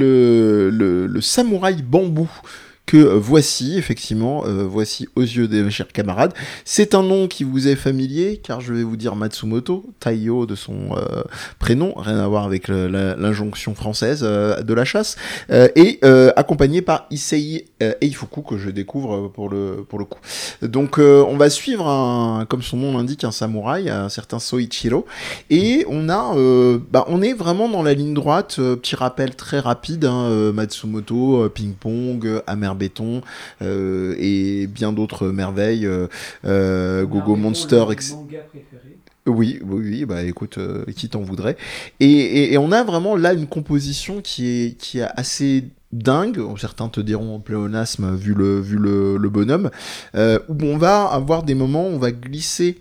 le, le le samouraï bambou. Que euh, voici, effectivement, euh, voici aux yeux des chers camarades. C'est un nom qui vous est familier, car je vais vous dire Matsumoto, Taiyo de son euh, prénom, rien à voir avec le- la- l'injonction française euh, de la chasse, euh, et euh, accompagné par Issei euh, Eifuku, que je découvre euh, pour le, pour le coup. Donc euh, on va suivre, un, comme son nom l'indique, un samouraï, un certain Soichiro, et on a, euh, bah, on est vraiment dans la ligne droite, euh, petit rappel très rapide, hein, euh, Matsumoto, euh, ping-pong, euh, Amer Béton, euh, et bien d'autres merveilles, euh, euh, Gogo Monster, et cetera. Oui, oui, oui, bah écoute, euh, qui t'en voudrait. Et, et, et on a vraiment là une composition qui est, qui est assez dingue, certains te diront pléonasme vu le, vu le, le bonhomme, euh, où on va avoir des moments où on va glisser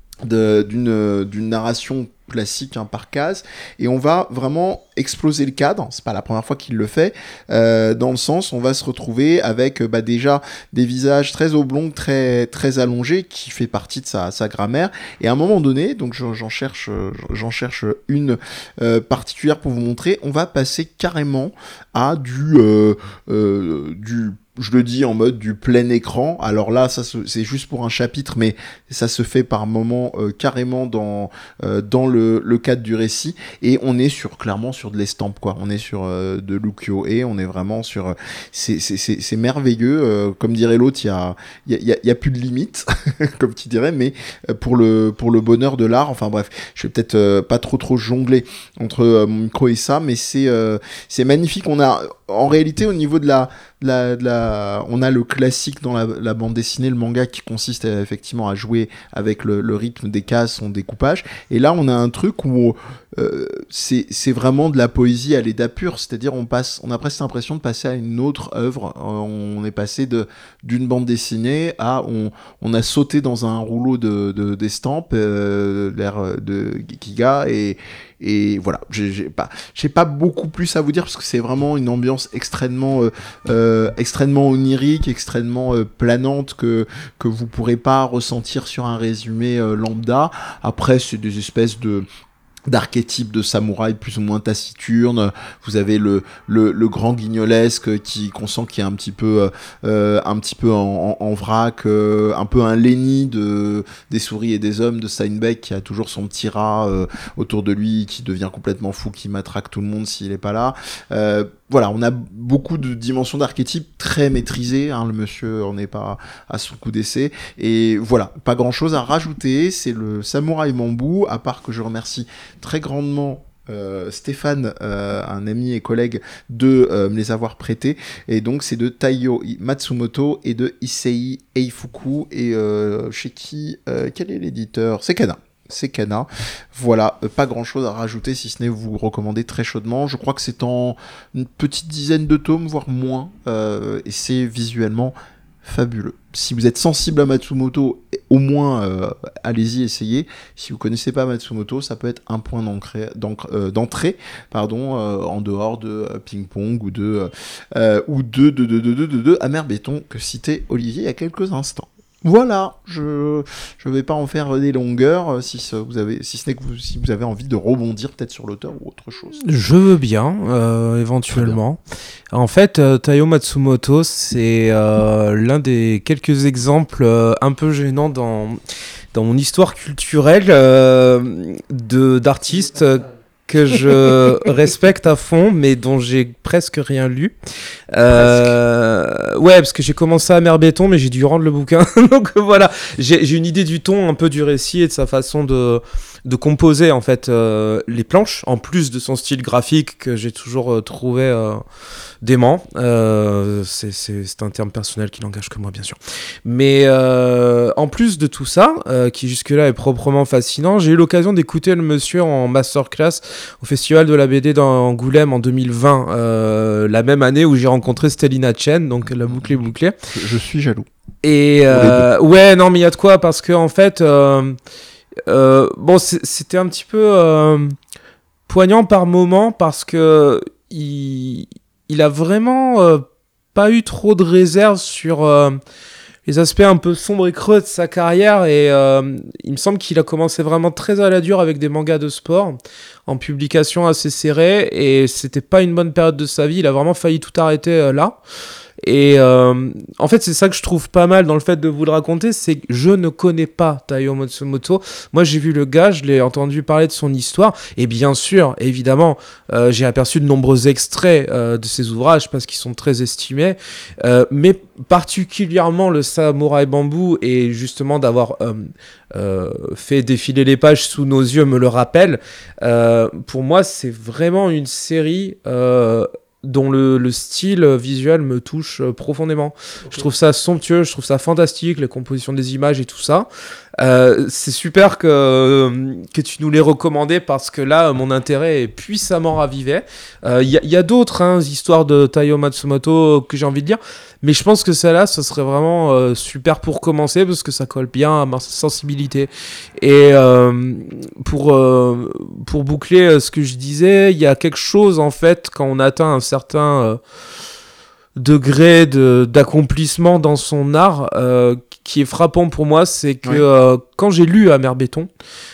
de- d'une d'une narration classique, hein, par case, et on va vraiment exploser le cadre. C'est pas la première fois qu'il le fait, euh, dans le sens on va se retrouver avec euh, bah, déjà des visages très oblongs, très très allongés, qui fait partie de sa, sa grammaire. Et à un moment donné, donc j'en j'en cherche euh, j'en cherche une euh, particulière pour vous montrer, on va passer carrément à du euh, euh, du je le dis en mode du plein écran. Alors là, ça se- c'est juste pour un chapitre, mais ça se fait par moment euh, carrément dans euh, dans le, le cadre du récit. Et on est sur clairement sur de l'estampe, quoi. On est sur euh, de l'ukiyo-e, on est vraiment sur. euh, c'est c'est c'est c'est merveilleux. euh, comme dirait l'autre, il y a il y a, il y a- il y a plus de limite, comme tu dirais. Mais euh, pour le pour le bonheur de l'art, enfin bref, je vais peut-être euh, pas trop trop jongler entre euh, mon micro et ça, mais c'est euh, c'est magnifique. On a en réalité au niveau de la de la, de la- on a le classique dans la, la bande dessinée, le manga, qui consiste à, effectivement à jouer avec le, le rythme des cases, son découpage. Et là, on a un truc où euh, c'est c'est vraiment de la poésie à l'état pur, c'est-à-dire on passe, on a presque l'impression de passer à une autre œuvre. Euh, on est passé de d'une bande dessinée à on, on a sauté dans un rouleau de de- d'estampes, euh, l'air de Gekiga, et et voilà, j'ai j'ai pas j'ai pas beaucoup plus à vous dire parce que c'est vraiment une ambiance extrêmement euh, euh, extrêmement onirique, extrêmement euh, planante, que que vous pourrez pas ressentir sur un résumé euh, lambda. Après, c'est des espèces de d'archétypes de samouraï plus ou moins taciturnes. Vous avez le le, le grand guignolesque qui qu'on sent qui est un petit peu euh, un petit peu en, en, en vrac, euh, un peu un Lenny de des souris et des hommes de Steinbeck, qui a toujours son petit rat euh, autour de lui, qui devient complètement fou, qui matraque tout le monde s'il est pas là. Euh, voilà, on a beaucoup de dimensions d'archétypes très maîtrisées, hein, le monsieur en est pas à son coup d'essai, et voilà, pas grand chose à rajouter. C'est le samouraï bambou, à part que je remercie très grandement euh, Stéphane, euh, un ami et collègue, de euh, me les avoir prêtés. Et donc c'est de Taiyo Matsumoto et de Issei Eifuku, et euh, chez qui euh, quel est l'éditeur? C'est Kana. C'est Kana. Voilà, euh, pas grand chose à rajouter si ce n'est vous recommander très chaudement. Je crois que c'est en une petite dizaine de tomes, voire moins, euh, et c'est visuellement fabuleux. Si vous êtes sensible à Matsumoto, au moins euh, allez-y, essayez. Si vous connaissez pas Matsumoto, ça peut être un point d'entrée, euh, d'entrée pardon, euh, en dehors de euh, Ping Pong ou de euh, ou de de de de de de, de Amer Béton, que citait Olivier il y a quelques instants. Voilà, je je vais pas en faire des longueurs, euh, si ce, vous avez si ce n'est que vous, si vous avez envie de rebondir peut-être sur l'auteur ou autre chose. Je veux bien, euh, éventuellement. En fait, euh, Taiyo Matsumoto, c'est euh, l'un des quelques exemples euh, un peu gênants dans dans mon histoire culturelle euh, de d'artistes euh, que je respecte à fond, mais dont j'ai presque rien lu. Euh, ouais, parce que j'ai commencé à Amer Béton, mais j'ai dû rendre le bouquin. Donc voilà, j'ai, j'ai une idée du ton, un peu du récit et de sa façon de de composer en fait euh, les planches, en plus de son style graphique que j'ai toujours euh, trouvé euh, dément. Euh, c'est, c'est, c'est un terme personnel qui n'engage que moi, bien sûr. Mais euh, en plus de tout ça, euh, qui jusque-là est proprement fascinant, j'ai eu l'occasion d'écouter le monsieur en masterclass au Festival de la B D d'Angoulême en deux mille vingt, euh, la même année où j'ai rencontré Stelina Chen, donc la boucle est bouclée. Je, je suis jaloux. Et euh, ouais, non, mais il y a de quoi, parce que en fait... Euh, Euh, bon, c'était un petit peu euh, poignant par moment parce que il, il a vraiment euh, pas eu trop de réserve sur euh, les aspects un peu sombres et creux de sa carrière et euh, il me semble qu'il a commencé vraiment très à la dure avec des mangas de sport en publication assez serrée et c'était pas une bonne période de sa vie. Il a vraiment failli tout arrêter euh, là. Et euh, en fait, c'est ça que je trouve pas mal dans le fait de vous le raconter, c'est que je ne connais pas Taiyo Matsumoto. Moi, j'ai vu le gars, je l'ai entendu parler de son histoire, et bien sûr, évidemment, euh, j'ai aperçu de nombreux extraits euh, de ses ouvrages parce qu'ils sont très estimés, euh, mais particulièrement le Samouraï Bambou et justement d'avoir euh, euh, fait défiler les pages sous nos yeux me le rappelle. Euh, pour moi, c'est vraiment une série... Euh, dont le, le style visuel me touche euh, profondément. Okay. Je trouve ça somptueux, je trouve ça fantastique, les compositions des images et tout ça. Euh, c'est super que, que tu nous l'aies recommandé parce que là, mon intérêt est puissamment ravivé. Il euh, y, y a d'autres hein, histoires de Taiyo Matsumoto que j'ai envie de lire, mais je pense que celle-là, ça serait vraiment euh, super pour commencer parce que ça colle bien à ma sensibilité. Et euh, pour, euh, pour boucler ce que je disais, il y a quelque chose en fait quand on atteint un certain euh, degré de, d'accomplissement dans son art euh, qui est frappant pour moi, c'est que ouais. euh, quand j'ai lu Amer Béton,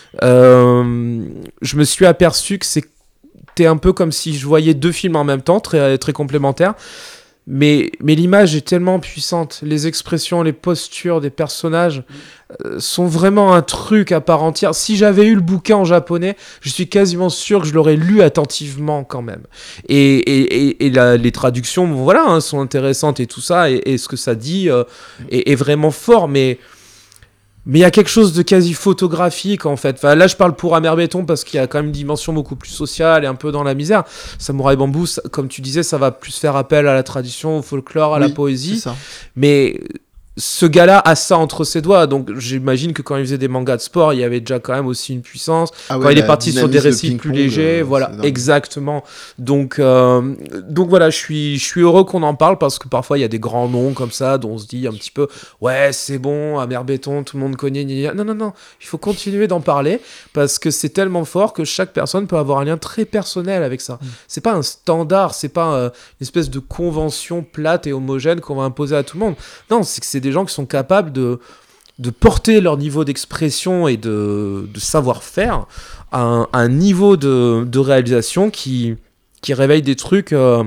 euh, je me suis aperçu que c'était un peu comme si je voyais deux films en même temps, très, très complémentaires. Mais, mais l'image est tellement puissante, les expressions, les postures des personnages euh, sont vraiment un truc à part entière. Si j'avais eu le bouquin en japonais, je suis quasiment sûr que je l'aurais lu attentivement quand même. Et, et, et, et la, les traductions, bon, voilà, hein, sont intéressantes et tout ça, et, et ce que ça dit euh, est, est vraiment fort, mais... Mais il y a quelque chose de quasi photographique en fait. Enfin, là, je parle pour Amer Béton parce qu'il y a quand même une dimension beaucoup plus sociale et un peu dans la misère. Samouraï Bambou, ça, comme tu disais, ça va plus faire appel à la tradition, au folklore, à oui, la poésie. C'est ça. Mais ce gars-là a ça entre ses doigts. Donc j'imagine que quand il faisait des mangas de sport, il y avait déjà quand même aussi une puissance. Ah ouais, quand il est parti sur des récits plus légers, euh, voilà, exactement. Donc, euh, donc voilà, je suis, je suis heureux qu'on en parle parce que parfois il y a des grands noms comme ça dont on se dit un petit peu, ouais, c'est bon, Amer Béton, tout le monde connaît. Non, non, non, il faut continuer d'en parler parce que c'est tellement fort que chaque personne peut avoir un lien très personnel avec ça. Mmh. C'est pas un standard, c'est pas euh, une espèce de convention plate et homogène qu'on va imposer à tout le monde. Non, c'est que c'est des gens qui sont capables de, de porter leur niveau d'expression et de, de savoir-faire à un, à un niveau de, de réalisation qui, qui réveille des trucs euh,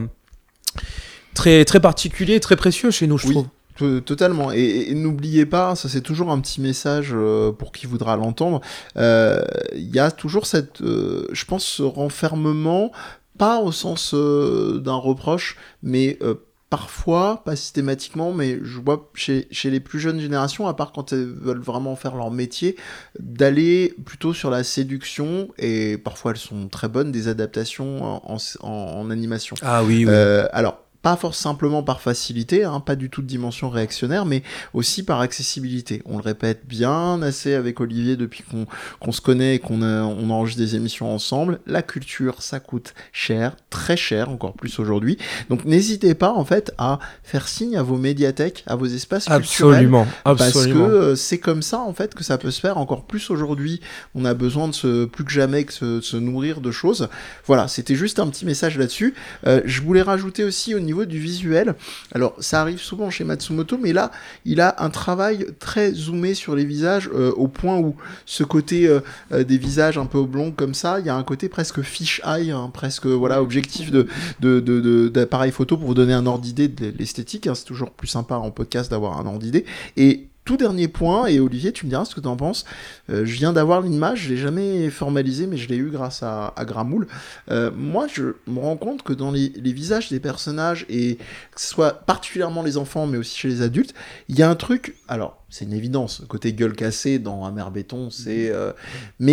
très, très particuliers, très précieux chez nous, je oui. trouve. Totalement, et, et n'oubliez pas, ça c'est toujours un petit message euh, pour qui voudra l'entendre, il euh, y a toujours cette, euh, je pense, ce renfermement, pas au sens euh, d'un reproche, mais euh, parfois, pas systématiquement, mais je vois chez, chez les plus jeunes générations, à part quand elles veulent vraiment faire leur métier, d'aller plutôt sur la séduction, et parfois elles sont très bonnes, des adaptations en, en, en animation. Ah oui, oui. Euh, alors, pas forcément simplement par facilité, hein, pas du tout de dimension réactionnaire, mais aussi par accessibilité. On le répète bien assez avec Olivier depuis qu'on, qu'on se connaît et qu'on a, on enregistre des émissions ensemble. La culture, ça coûte cher, très cher, encore plus aujourd'hui. Donc n'hésitez pas en fait à faire signe à vos médiathèques, à vos espaces absolument, culturels, absolument. Parce que euh, c'est comme ça en fait que ça peut se faire encore plus aujourd'hui. On a besoin de se, plus que jamais que se, se nourrir de choses. Voilà, c'était juste un petit message là-dessus. Euh, je voulais rajouter aussi au niveau du visuel, alors ça arrive souvent chez Matsumoto, mais là il a un travail très zoomé sur les visages euh, au point où ce côté euh, euh, des visages un peu oblongs comme ça, il y a un côté presque fish eye, hein, presque voilà objectif de, de, de, de, d'appareil photo pour vous donner un ordre d'idée de l'esthétique, hein, c'est toujours plus sympa en podcast d'avoir un ordre d'idée. Et tout dernier point, et Olivier, tu me diras ce que tu en penses. Euh, je viens d'avoir l'image, je l'ai jamais formalisé, mais je l'ai eu grâce à, à Gramoul. Euh, moi, je me rends compte que dans les, les visages des personnages, et que ce soit particulièrement les enfants, mais aussi chez les adultes, il y a un truc. Alors, c'est une évidence. Côté gueule cassée dans Amer Béton, c'est. Euh, mais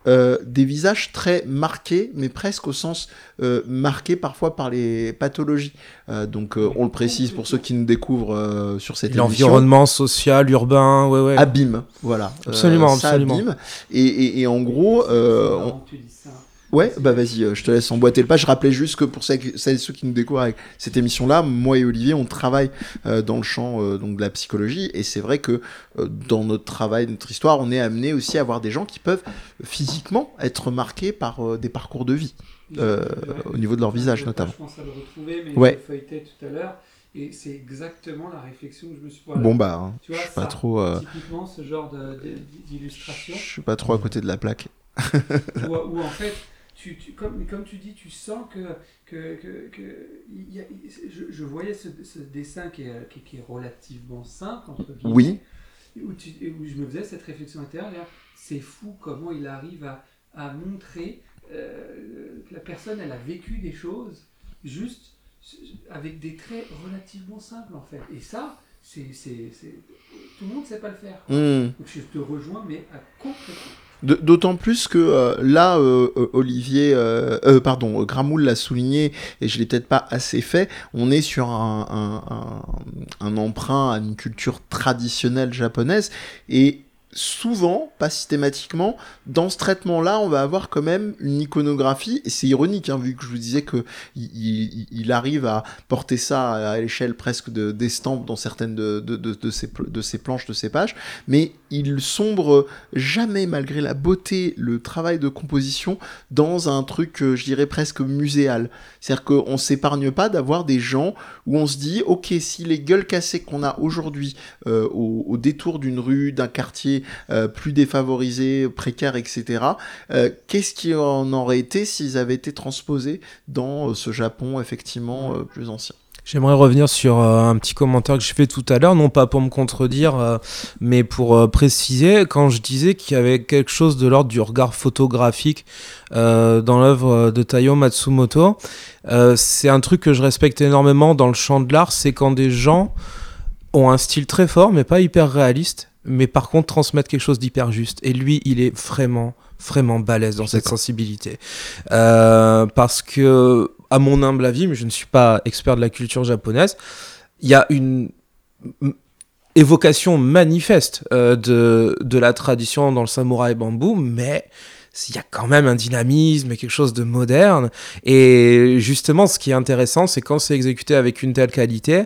euh, des visages très marqués, mais presque au sens euh, marqué parfois par les pathologies. Euh, donc euh, on le précise pour ceux qui nous découvrent euh, sur cette émission. L'environnement social, urbain, ouais, ouais. Abîme, voilà. Absolument, euh, ça absolument. abîme. Et, et, et en gros... Euh, on... Ouais, bah vas-y, euh, je te laisse emboîter le pas. Je rappelais juste que pour celles et ceux qui nous découvrent avec cette émission-là, moi et Olivier, on travaille euh, dans le champ euh, donc de la psychologie, et c'est vrai que euh, dans notre travail, notre histoire, on est amené aussi à avoir des gens qui peuvent physiquement être marqués par euh, des parcours de vie, euh, au niveau de leur visage notamment. Je pense à le retrouver, mais ouais. je feuilletais tout à l'heure. Et c'est exactement la réflexion que je me suis... Voilà. Bon bah, hein, tu vois, je suis ça, pas trop... Euh... Typiquement, ce genre de, de, d'illustration... Je suis pas trop à côté de la plaque. où, où en fait... Tu, tu, comme, comme tu dis, tu sens que, que, que, que y a, je, je voyais ce, ce dessin qui est, qui, qui est relativement simple, entre guillemets, oui. où, tu, où je me faisais cette réflexion intérieure, c'est fou comment il arrive à, à montrer euh, que la personne, elle a vécu des choses juste avec des traits relativement simples, en fait. Et ça, c'est, c'est, c'est, tout le monde ne sait pas le faire. Mmh. Donc je te rejoins, mais à complètement. D'autant plus que euh, là, euh, Olivier, euh, euh, pardon, Gramoul l'a souligné, et je l'ai peut-être pas assez fait, on est sur un, un, un, un emprunt à une culture traditionnelle japonaise, et souvent, pas systématiquement, dans ce traitement-là, on va avoir quand même une iconographie, et c'est ironique, hein, vu que je vous disais que il, il, il arrive à porter ça à l'échelle presque de, d'estampes dans certaines de, de, de, de, ces, de ces planches, de ces pages, mais il sombre jamais, malgré la beauté, le travail de composition, dans un truc, je dirais, presque muséal. C'est-à-dire qu'on s'épargne pas d'avoir des gens où on se dit, ok, si les gueules cassées qu'on a aujourd'hui euh, au, au détour d'une rue, d'un quartier euh, plus défavorisé, précaire, et cetera, euh, qu'est-ce qui en aurait été s'ils avaient été transposés dans euh, ce Japon, effectivement, euh, plus ancien? J'aimerais revenir sur euh, un petit commentaire que j'ai fait tout à l'heure, non pas pour me contredire, euh, mais pour euh, préciser, quand je disais qu'il y avait quelque chose de l'ordre du regard photographique euh, dans l'œuvre de Taiyo Matsumoto, euh, c'est un truc que je respecte énormément dans le champ de l'art, c'est quand des gens ont un style très fort, mais pas hyper réaliste, mais par contre transmettre quelque chose d'hyper juste. Et lui, il est vraiment, vraiment balèze dans cette sensibilité. Euh, parce que, à mon humble avis, mais je ne suis pas expert de la culture japonaise, il y a une m- évocation manifeste euh, de, de la tradition dans le samouraï bambou, mais il y a quand même un dynamisme et quelque chose de moderne. Et justement, ce qui est intéressant, c'est quand c'est exécuté avec une telle qualité,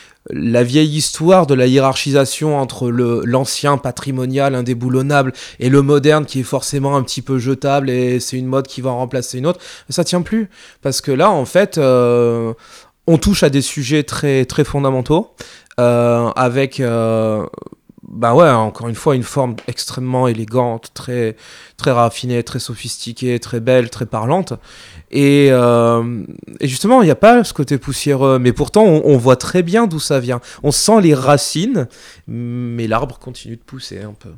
la vieille histoire de la hiérarchisation entre le, l'ancien patrimonial indéboulonnable et le moderne qui est forcément un petit peu jetable et c'est une mode qui va en remplacer une autre, ça tient plus. Parce que là, en fait, euh, on touche à des sujets très, très fondamentaux euh, avec... Euh, bah ouais, encore une fois, une forme extrêmement élégante, très, très raffinée, très sophistiquée, très belle, très parlante. Et, euh, et justement, il n'y a pas ce côté poussiéreux, mais pourtant, on, on voit très bien d'où ça vient. On sent les racines, mais l'arbre continue de pousser un peu.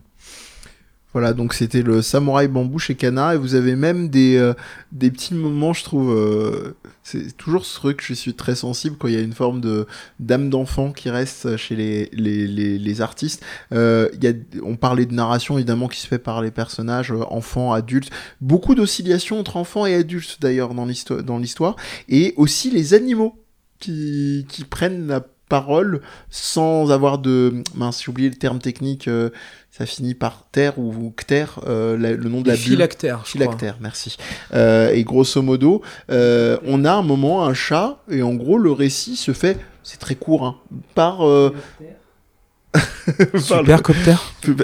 Voilà, donc c'était le Samouraï Bambou chez Kana, et vous avez même des, euh, des petits moments, je trouve, euh, c'est toujours ce truc, je suis très sensible quand il y a une forme de d'âme d'enfant qui reste chez les, les, les, les artistes. Euh, il y a, on parlait de narration, évidemment, qui se fait par les personnages, euh, enfants, adultes, beaucoup d'oscillations entre enfants et adultes, d'ailleurs, dans l'histoire, dans l'histoire, et aussi les animaux qui, qui prennent la parole sans avoir de... Mince, j'ai oublié le terme technique... Euh, ça finit par terre ou cter, euh, la, le nom de la bulle. Phylactère, je Phylactère, crois. Merci. Euh, et grosso modo, euh, on a un moment un chat, et en gros, le récit se fait, c'est très court, hein, par... Euh... Supercopter.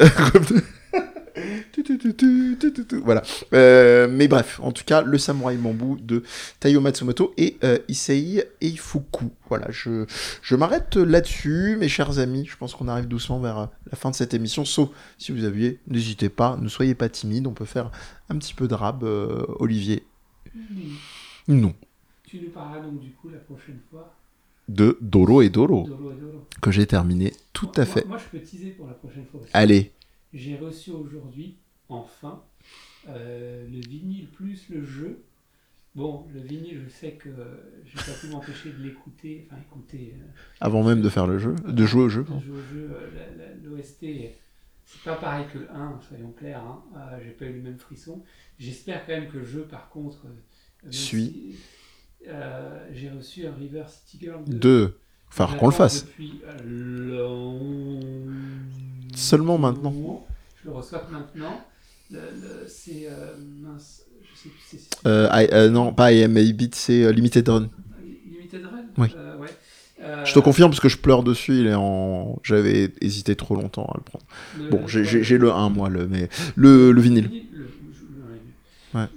Voilà. Euh, mais bref, en tout cas, le Samouraï Bambou de Taiyo Matsumoto et euh, Issei Eifuku. Voilà, je, je m'arrête là-dessus, mes chers amis. Je pense qu'on arrive doucement vers la fin de cette émission. Sauf si vous aviez, n'hésitez pas, ne soyez pas timide. On peut faire un petit peu de rab, euh, Olivier. Oui. Non. Tu nous parleras donc du coup la prochaine fois de Doro et Doro, Doro, et Doro. Que j'ai terminé tout moi, à fait. Moi, moi, je peux teaser pour la prochaine fois aussi. Allez. J'ai reçu aujourd'hui, enfin, euh, le vinyle plus le jeu. Bon, le vinyle, je sais que je n'ai pas pu m'empêcher de l'écouter, enfin écouter... Euh, Avant même de faire le jeu, de jouer au jeu. De jouer au jeu, euh, l'O S T, c'est pas pareil que le un, soyons clairs, hein. euh, j'ai pas eu le même frisson. J'espère quand même que le jeu, par contre, euh, Suis. Si, euh, j'ai reçu un River City Girl deux. Deux. Enfin, qu'on le fasse. Depuis long... Seulement maintenant. Je le reçois maintenant. Le, le, c'est euh, mince, je sais plus. C'est, c'est euh, I, euh, non, pas I M eight bit, c'est euh, Limited Run. Limited Run. Oui. Euh, ouais. Euh, je te confirme parce que je pleure dessus. Il est en. J'avais hésité trop longtemps à le prendre. Le, bon, j'ai, j'ai, j'ai le un moi, le mais le, le vinyle. Le, le, le, ouais.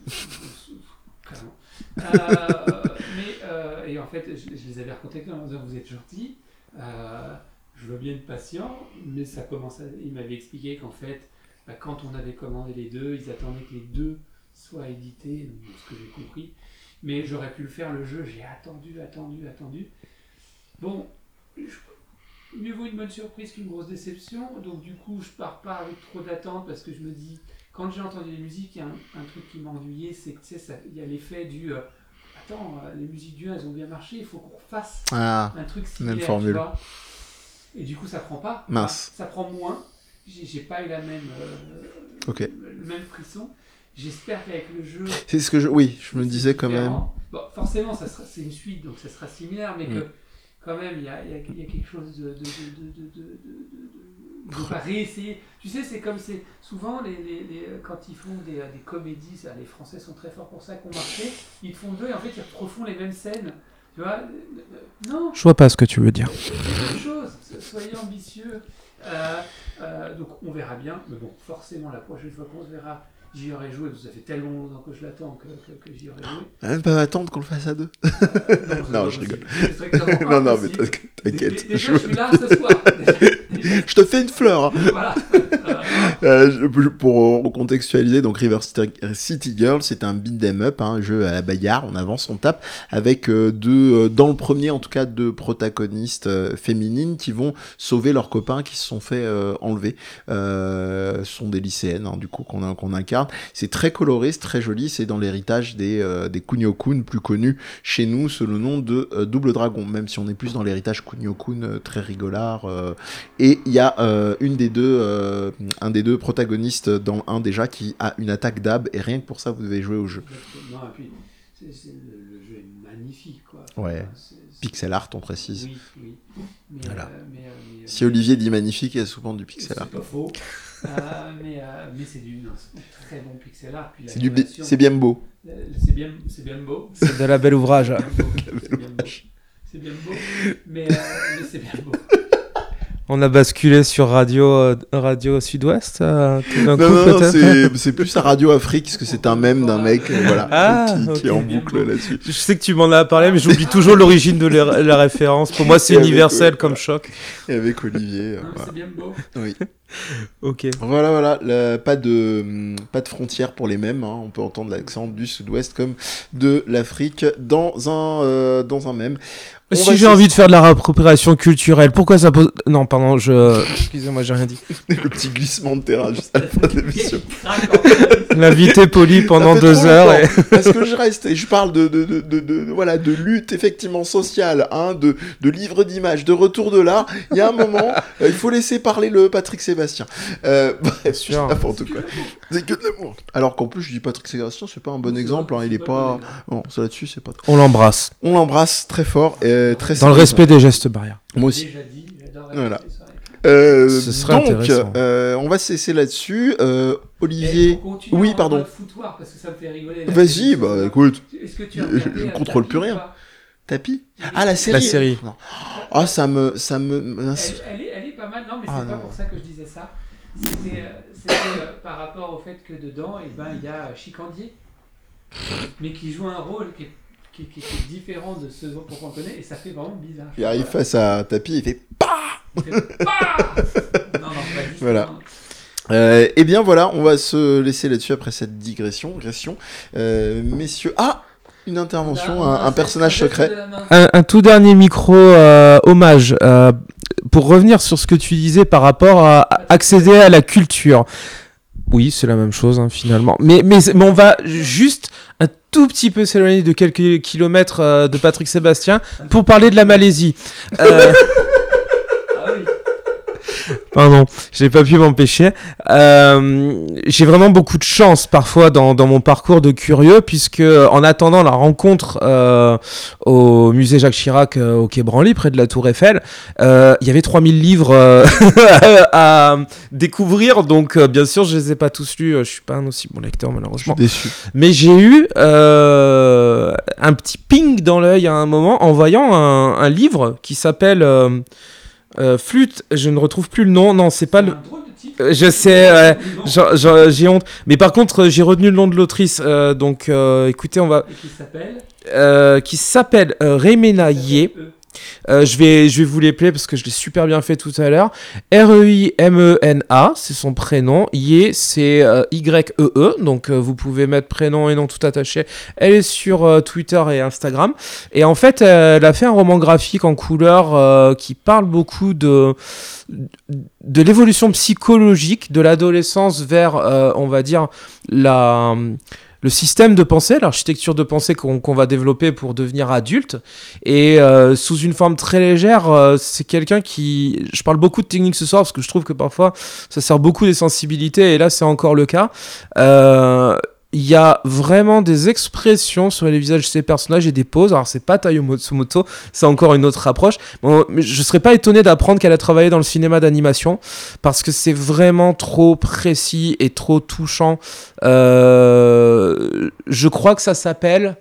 euh, mais euh, et en fait, je, je les avais recontactés en disant vous êtes gentils. Euh, je veux bien être patient, mais ça commence à... Il m'avait expliqué qu'en fait, bah, quand on avait commandé les deux, ils attendaient que les deux soient édités, ce que j'ai compris. Mais j'aurais pu le faire, le jeu, j'ai attendu, attendu, attendu. Bon, je... mieux vaut une bonne surprise qu'une grosse déception. Donc du coup, je pars pas avec trop d'attente parce que je me dis, quand j'ai entendu les musiques, il y a un, un truc qui m'a ennuyé, c'est que tu sais, il y a l'effet du... Euh, attends, euh, les musiques du un, elles ont bien marché, il faut qu'on refasse ah, un truc similaire, même formule. Tu vois. Et du coup, ça prend pas. Mince. Enfin, ça prend moins. J'ai, j'ai pas eu la même, euh, okay. le, le même frisson. J'espère qu'avec le jeu... C'est ce que je... Oui, je me disais quand même... Bon, forcément, ça sera, c'est une suite, donc ça sera similaire, mais mm. que quand même, il y a, y, a, y a quelque chose de... de, de, de, de, de, de, de, de pas réessayer. Tu sais, c'est comme c'est... Souvent, les, les, les, quand ils font des, des comédies, ça, les Français sont très forts pour ça, qu'on marché, ils font deux et en fait, ils refont les mêmes scènes. Tu vois, non. Je vois pas ce que tu veux dire. C'est une bonne chose. Soyez ambitieux. Euh, euh, donc on verra bien. Mais bon, forcément la prochaine fois qu'on se verra, j'y aurai joué. Ça fait tellement longtemps que je l'attends que, que, que j'y aurai joué. Même pas attendre qu'on le fasse à deux. Euh, non, non je rigole. non non mais t'inquiète. Déjà, je suis là ce soir. Je te fais une fleur. Hein. Voilà. Euh, pour recontextualiser, donc River City Girl, c'est un beat'em up, un hein, jeu à la bagarre, on avance, on tape, avec euh, deux, euh, dans le premier en tout cas, deux protagonistes euh, féminines qui vont sauver leurs copains qui se sont fait euh, enlever. Euh, ce sont des lycéennes, hein, du coup, qu'on, qu'on incarne. C'est très coloré, c'est très joli, c'est dans l'héritage des, euh, des Kunio-kun, plus connus chez nous sous le nom de euh, Double Dragon, même si on est plus dans l'héritage Kunio-kun, euh, très rigolard. Euh, et il y a euh, une des deux, euh, un des deux protagonistes dans un déjà qui a une attaque d'A B et rien que pour ça vous devez jouer au jeu. Non, et puis, c'est, c'est, le, le jeu est magnifique quoi. Ouais. C'est, c'est... Pixel art on précise. Oui, oui. Mais, voilà. euh, mais, euh, mais, si Olivier dit magnifique, il y a souvent du pixel art. C'est pas faux. euh, mais, euh, mais c'est du non, c'est très bon pixel art. Puis c'est, du, c'est bien beau. C'est bien, c'est bien beau. C'est de la belle ouvrage. C'est bien beau. C'est bien beau. Mais, euh, mais c'est bien beau. On a basculé sur Radio, euh, Radio Sud-Ouest euh, tout d'un non, coup, non, non c'est, c'est plus à Radio Afrique, parce que c'est un mème d'un mec euh, voilà, ah, qui, okay. qui est en boucle là-dessus. Je sais que tu m'en as parlé, mais j'oublie toujours l'origine de la, la référence. Pour moi, c'est universel avec, comme voilà. choc. Et avec Olivier. Non, voilà. C'est bien beau. Oui. Ok. Voilà, voilà. Le, pas, de, pas de frontières pour les mèmes. Hein. On peut entendre l'accent du Sud-Ouest comme de l'Afrique dans un, euh, dans un mème. On si j'ai envie de faire de la réappropriation culturelle, pourquoi ça pose... Non, pardon, je... Excusez-moi, j'ai rien dit. Le petit glissement de terrain juste à la fin de l'émission. L'invité poli pendant deux heures. Et... Parce que je reste et je parle de, de, de, de, de, voilà, de lutte effectivement sociale, hein, de, de livres d'images, de retour de l'art. Il y a un moment, euh, il faut laisser parler le Patrick Sébastien. Euh, bref, sûr, n'importe quoi. C'est que de l'amour. Alors qu'en plus, je dis Patrick Sébastien, c'est pas un bon c'est exemple. Hein, il est pas... Bon, ça là-dessus, c'est pas... On l'embrasse. On l'embrasse très fort. Et très dans le respect des gestes barrières. Moi aussi. Déjà dit, j'adore voilà. Euh, Ce serait donc, intéressant. Euh, on va cesser là-dessus. Euh, Olivier. Oui, pardon. Foutoir, parce que ça me fait rigoler, vas-y, bah euh, écoute. Est-ce que tu as je ne contrôle plus rien. Tapis. Ah, la série. La série. Ah, oh, ça me, ça me. Elle, elle, est, elle est pas mal. Non, mais c'est ah, pas non. pour ça que je disais ça. C'était, euh, c'était euh, par rapport au fait que dedans, eh ben, il y a Chicandier, mais qui joue un rôle qui est Qui, qui, qui est différent de ce dont on connaît et ça fait vraiment bizarre. Il arrive voilà. face à Tapi, il fait PAH Il fait PAH Non, non, pas juste. Voilà. Euh, et bien voilà, on va se laisser là-dessus après cette digression. digression. Euh, messieurs, ah une intervention, là, un, un personnage secret. Un, un tout dernier micro euh, hommage euh, pour revenir sur ce que tu disais par rapport à, à accéder à la culture. Oui, c'est la même chose hein, finalement. Mais, mais, mais on va juste un tout petit peu s'éloigner de quelques kilomètres euh, de Patrick Sébastien pour parler de la Malaisie. Euh... Ah oui. Pardon, j'ai pas pu m'empêcher. Euh, j'ai vraiment beaucoup de chance parfois dans, dans mon parcours de curieux, puisque en attendant la rencontre euh, au musée Jacques Chirac euh, au Quai Branly, près de la Tour Eiffel, euh, il y avait trois mille livres euh, à découvrir, donc euh, bien sûr je les ai pas tous lus, je suis pas un aussi bon lecteur malheureusement. Je suis déçu. Mais j'ai eu euh, un petit ping dans l'œil à un moment en voyant un, un livre qui s'appelle... Euh, Euh, flûte, je ne retrouve plus le nom. Non, c'est pas le. Euh, je sais, ouais, j'en- j'en- j'ai honte. Mais par contre, euh, j'ai retenu le nom de l'autrice. euh, donc, euh, écoutez, on va. Et qui s'appelle euh, qui s'appelle euh, Reimena Yee. Euh, je vais, je vais vous l'épeler parce que je l'ai super bien fait tout à l'heure. R E I M E N A, c'est son prénom. Yee, c'est euh, Y E E. Donc, euh, vous pouvez mettre prénom et nom tout attaché. Elle est sur euh, Twitter et Instagram. Et en fait, euh, elle a fait un roman graphique en couleur euh, qui parle beaucoup de, de l'évolution psychologique de l'adolescence vers, euh, on va dire, la... le système de pensée, l'architecture de pensée qu'on qu'on va développer pour devenir adulte. Et euh, sous une forme très légère, euh, c'est quelqu'un qui... Je parle beaucoup de technique ce soir parce que je trouve que parfois, ça sert beaucoup des sensibilités. Et là, c'est encore le cas. Euh... Il y a vraiment des expressions sur les visages de ces personnages et des poses. Alors, c'est pas Taiyo Matsumoto, c'est encore une autre approche. Bon, mais je serais pas étonné d'apprendre qu'elle a travaillé dans le cinéma d'animation parce que c'est vraiment trop précis et trop touchant. Euh, je crois que ça s'appelle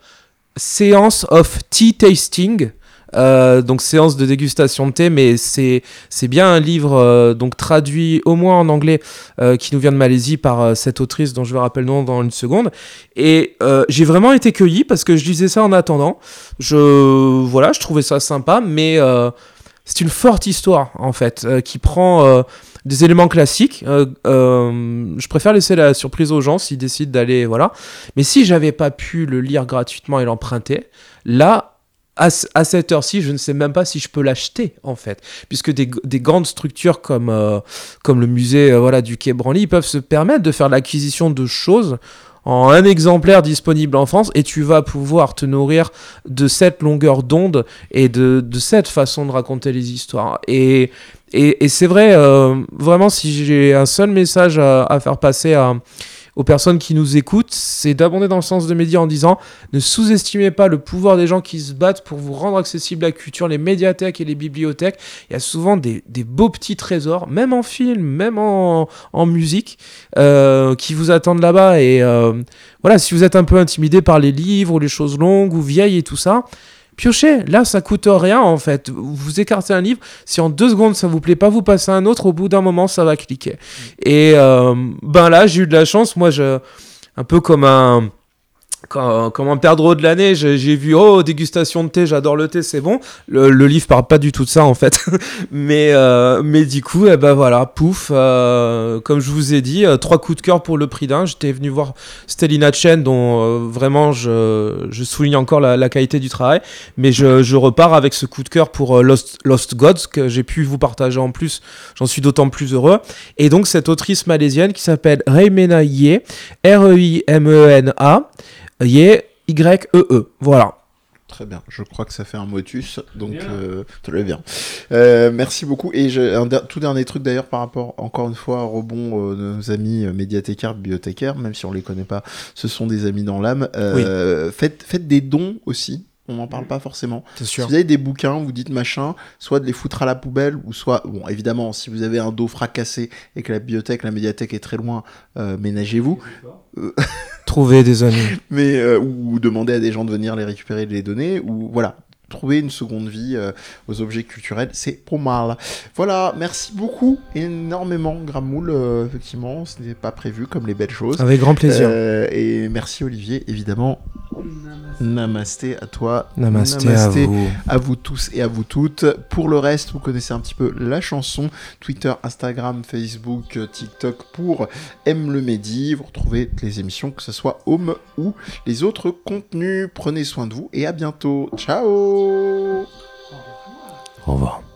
Séance of Tea Tasting. Euh, donc séance de dégustation de thé, mais c'est c'est bien un livre euh, donc traduit au moins en anglais euh, qui nous vient de Malaisie par euh, cette autrice dont je vais rappeler le nom dans une seconde. Et euh, j'ai vraiment été cueilli parce que je lisais ça en attendant. Je voilà, je trouvais ça sympa, mais euh, c'est une forte histoire en fait euh, qui prend euh, des éléments classiques. Euh, euh, je préfère laisser la surprise aux gens s'ils décident d'aller voilà. Mais si j'avais pas pu le lire gratuitement et l'emprunter, là À, à cette heure-ci, je ne sais même pas si je peux l'acheter, en fait. Puisque des, des grandes structures comme, euh, comme le musée euh, voilà, du Quai Branly, ils peuvent se permettre de faire l'acquisition de choses en un exemplaire disponible en France, et tu vas pouvoir te nourrir de cette longueur d'onde et de, de cette façon de raconter les histoires. Et, et, et c'est vrai, euh, vraiment, si j'ai un seul message à, à faire passer à... aux personnes qui nous écoutent, c'est d'abonder dans le sens de médias en disant ne sous-estimez pas le pouvoir des gens qui se battent pour vous rendre accessible la culture, les médiathèques et les bibliothèques. Il y a souvent des, des beaux petits trésors, même en film, même en, en musique, euh, qui vous attendent là-bas. Et euh, voilà, si vous êtes un peu intimidé par les livres ou les choses longues ou vieilles et tout ça, piochez, là ça coûte rien en fait. Vous écartez un livre, si en deux secondes ça vous plaît pas, vous passez à un autre, au bout d'un moment ça va cliquer. Et euh, ben là j'ai eu de la chance, moi je, un peu comme un... Comme, comme un perdreau de l'année, j'ai, j'ai vu oh dégustation de thé, j'adore le thé, c'est bon. Le, le livre parle pas du tout de ça en fait, mais euh, mais du coup, eh ben voilà, pouf. Euh, comme je vous ai dit, euh, trois coups de cœur pour le prix d'un. J'étais venu voir Stellina Chen, dont euh, vraiment je je souligne encore la, la qualité du travail, mais je je repars avec ce coup de cœur pour euh, Lost Lost Gods que j'ai pu vous partager en plus. J'en suis d'autant plus heureux. Et donc cette autrice malaisienne qui s'appelle Reimena Yee, R E I M E N A. Yee, Y E E, voilà. Très bien, je crois que ça fait un motus, donc euh, très bien. Euh, merci beaucoup. Et j'ai un der- tout dernier truc d'ailleurs par rapport, encore une fois, rebond euh, de nos amis euh, médiathécaires, bibliothécaires, même si on les connaît pas, ce sont des amis dans l'âme. Euh, oui. faites, faites des dons aussi. On n'en parle pas forcément. C'est sûr. Si vous avez des bouquins, vous dites machin, soit de les foutre à la poubelle, ou soit, bon, évidemment, si vous avez un dos fracassé et que la bibliothèque, la médiathèque est très loin, euh, ménagez-vous. Euh, Trouvez des amis. Mais, euh, ou demandez à des gens de venir les récupérer et de les donner, ou voilà. Trouver une seconde vie euh, aux objets culturels, c'est pas mal. Voilà, merci beaucoup, énormément, Gramoul, euh, effectivement, ce n'était pas prévu comme les belles choses. Avec grand plaisir. Euh, et merci Olivier, évidemment. Namasté, Namasté à toi. Namasté, Namasté à vous. À vous tous et à vous toutes. Pour le reste, vous connaissez un petit peu la chanson. Twitter, Instagram, Facebook, TikTok pour Aime le Mehdi. Vous retrouvez les émissions, que ce soit Home ou les autres contenus. Prenez soin de vous et à bientôt. Ciao. Au revoir.